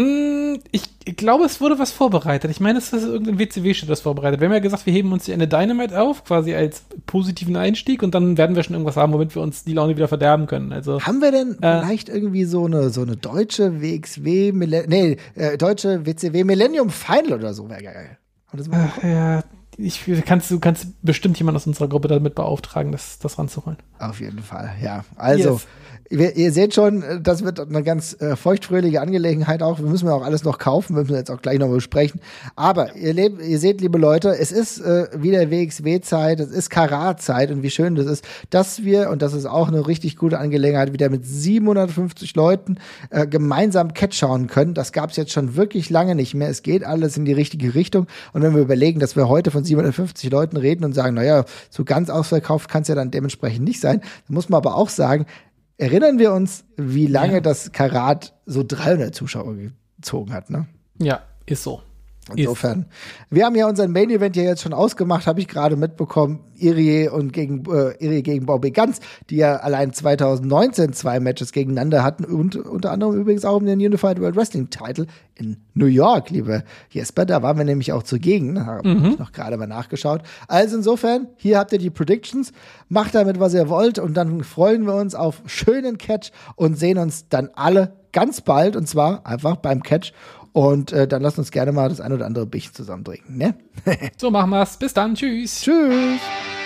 Speaker 3: Ich glaube, es wurde was vorbereitet. Ich meine, es ist irgendein WCW-Shit, das vorbereitet. Wir haben ja gesagt, wir heben uns die Ende Dynamite auf, quasi als positiven Einstieg, und dann werden wir schon irgendwas haben, womit wir uns die Laune wieder verderben können. Also
Speaker 2: haben wir denn vielleicht irgendwie so eine deutsche deutsche WCW Millennium Final oder so? Wäre geil.
Speaker 3: Ja, du kannst bestimmt jemanden aus unserer Gruppe damit beauftragen, das ranzuholen.
Speaker 2: Auf jeden Fall, ja. Also, ihr seht schon, das wird eine ganz feuchtfröhliche Angelegenheit auch. Wir müssen ja auch alles noch kaufen, müssen wir jetzt auch gleich noch besprechen. Aber ihr seht, liebe Leute, es ist wieder WXW-Zeit, es ist Karat-Zeit, und wie schön das ist, dass wir, und das ist auch eine richtig gute Angelegenheit, wieder mit 750 Leuten gemeinsam Catch schauen können. Das gab es jetzt schon wirklich lange nicht mehr. Es geht alles in die richtige Richtung. Und wenn wir überlegen, dass wir heute von 750 Leuten reden und sagen, naja, so ganz ausverkauft kann es ja dann dementsprechend nicht sein, dann muss man aber auch sagen, erinnern wir uns, wie lange das Karat so 300 Zuschauer gezogen hat, ne?
Speaker 3: Ja, ist so.
Speaker 2: Insofern. Wir haben ja unseren Main Event ja jetzt schon ausgemacht, habe ich gerade mitbekommen. Irie gegen Bobby Guns, die ja allein 2019 2 Matches gegeneinander hatten, und unter anderem übrigens auch um den Unified World Wrestling Title in New York, liebe Jesper. Da waren wir nämlich auch zugegen, habe ich noch gerade mal nachgeschaut. Also insofern, hier habt ihr die Predictions. Macht damit, was ihr wollt, und dann freuen wir uns auf schönen Catch und sehen uns dann alle ganz bald, und zwar einfach beim Catch. Und dann lasst uns gerne mal das ein oder andere Bierchen zusammen trinken, ne?
Speaker 3: So machen wir's. Bis dann. Tschüss.
Speaker 2: Tschüss.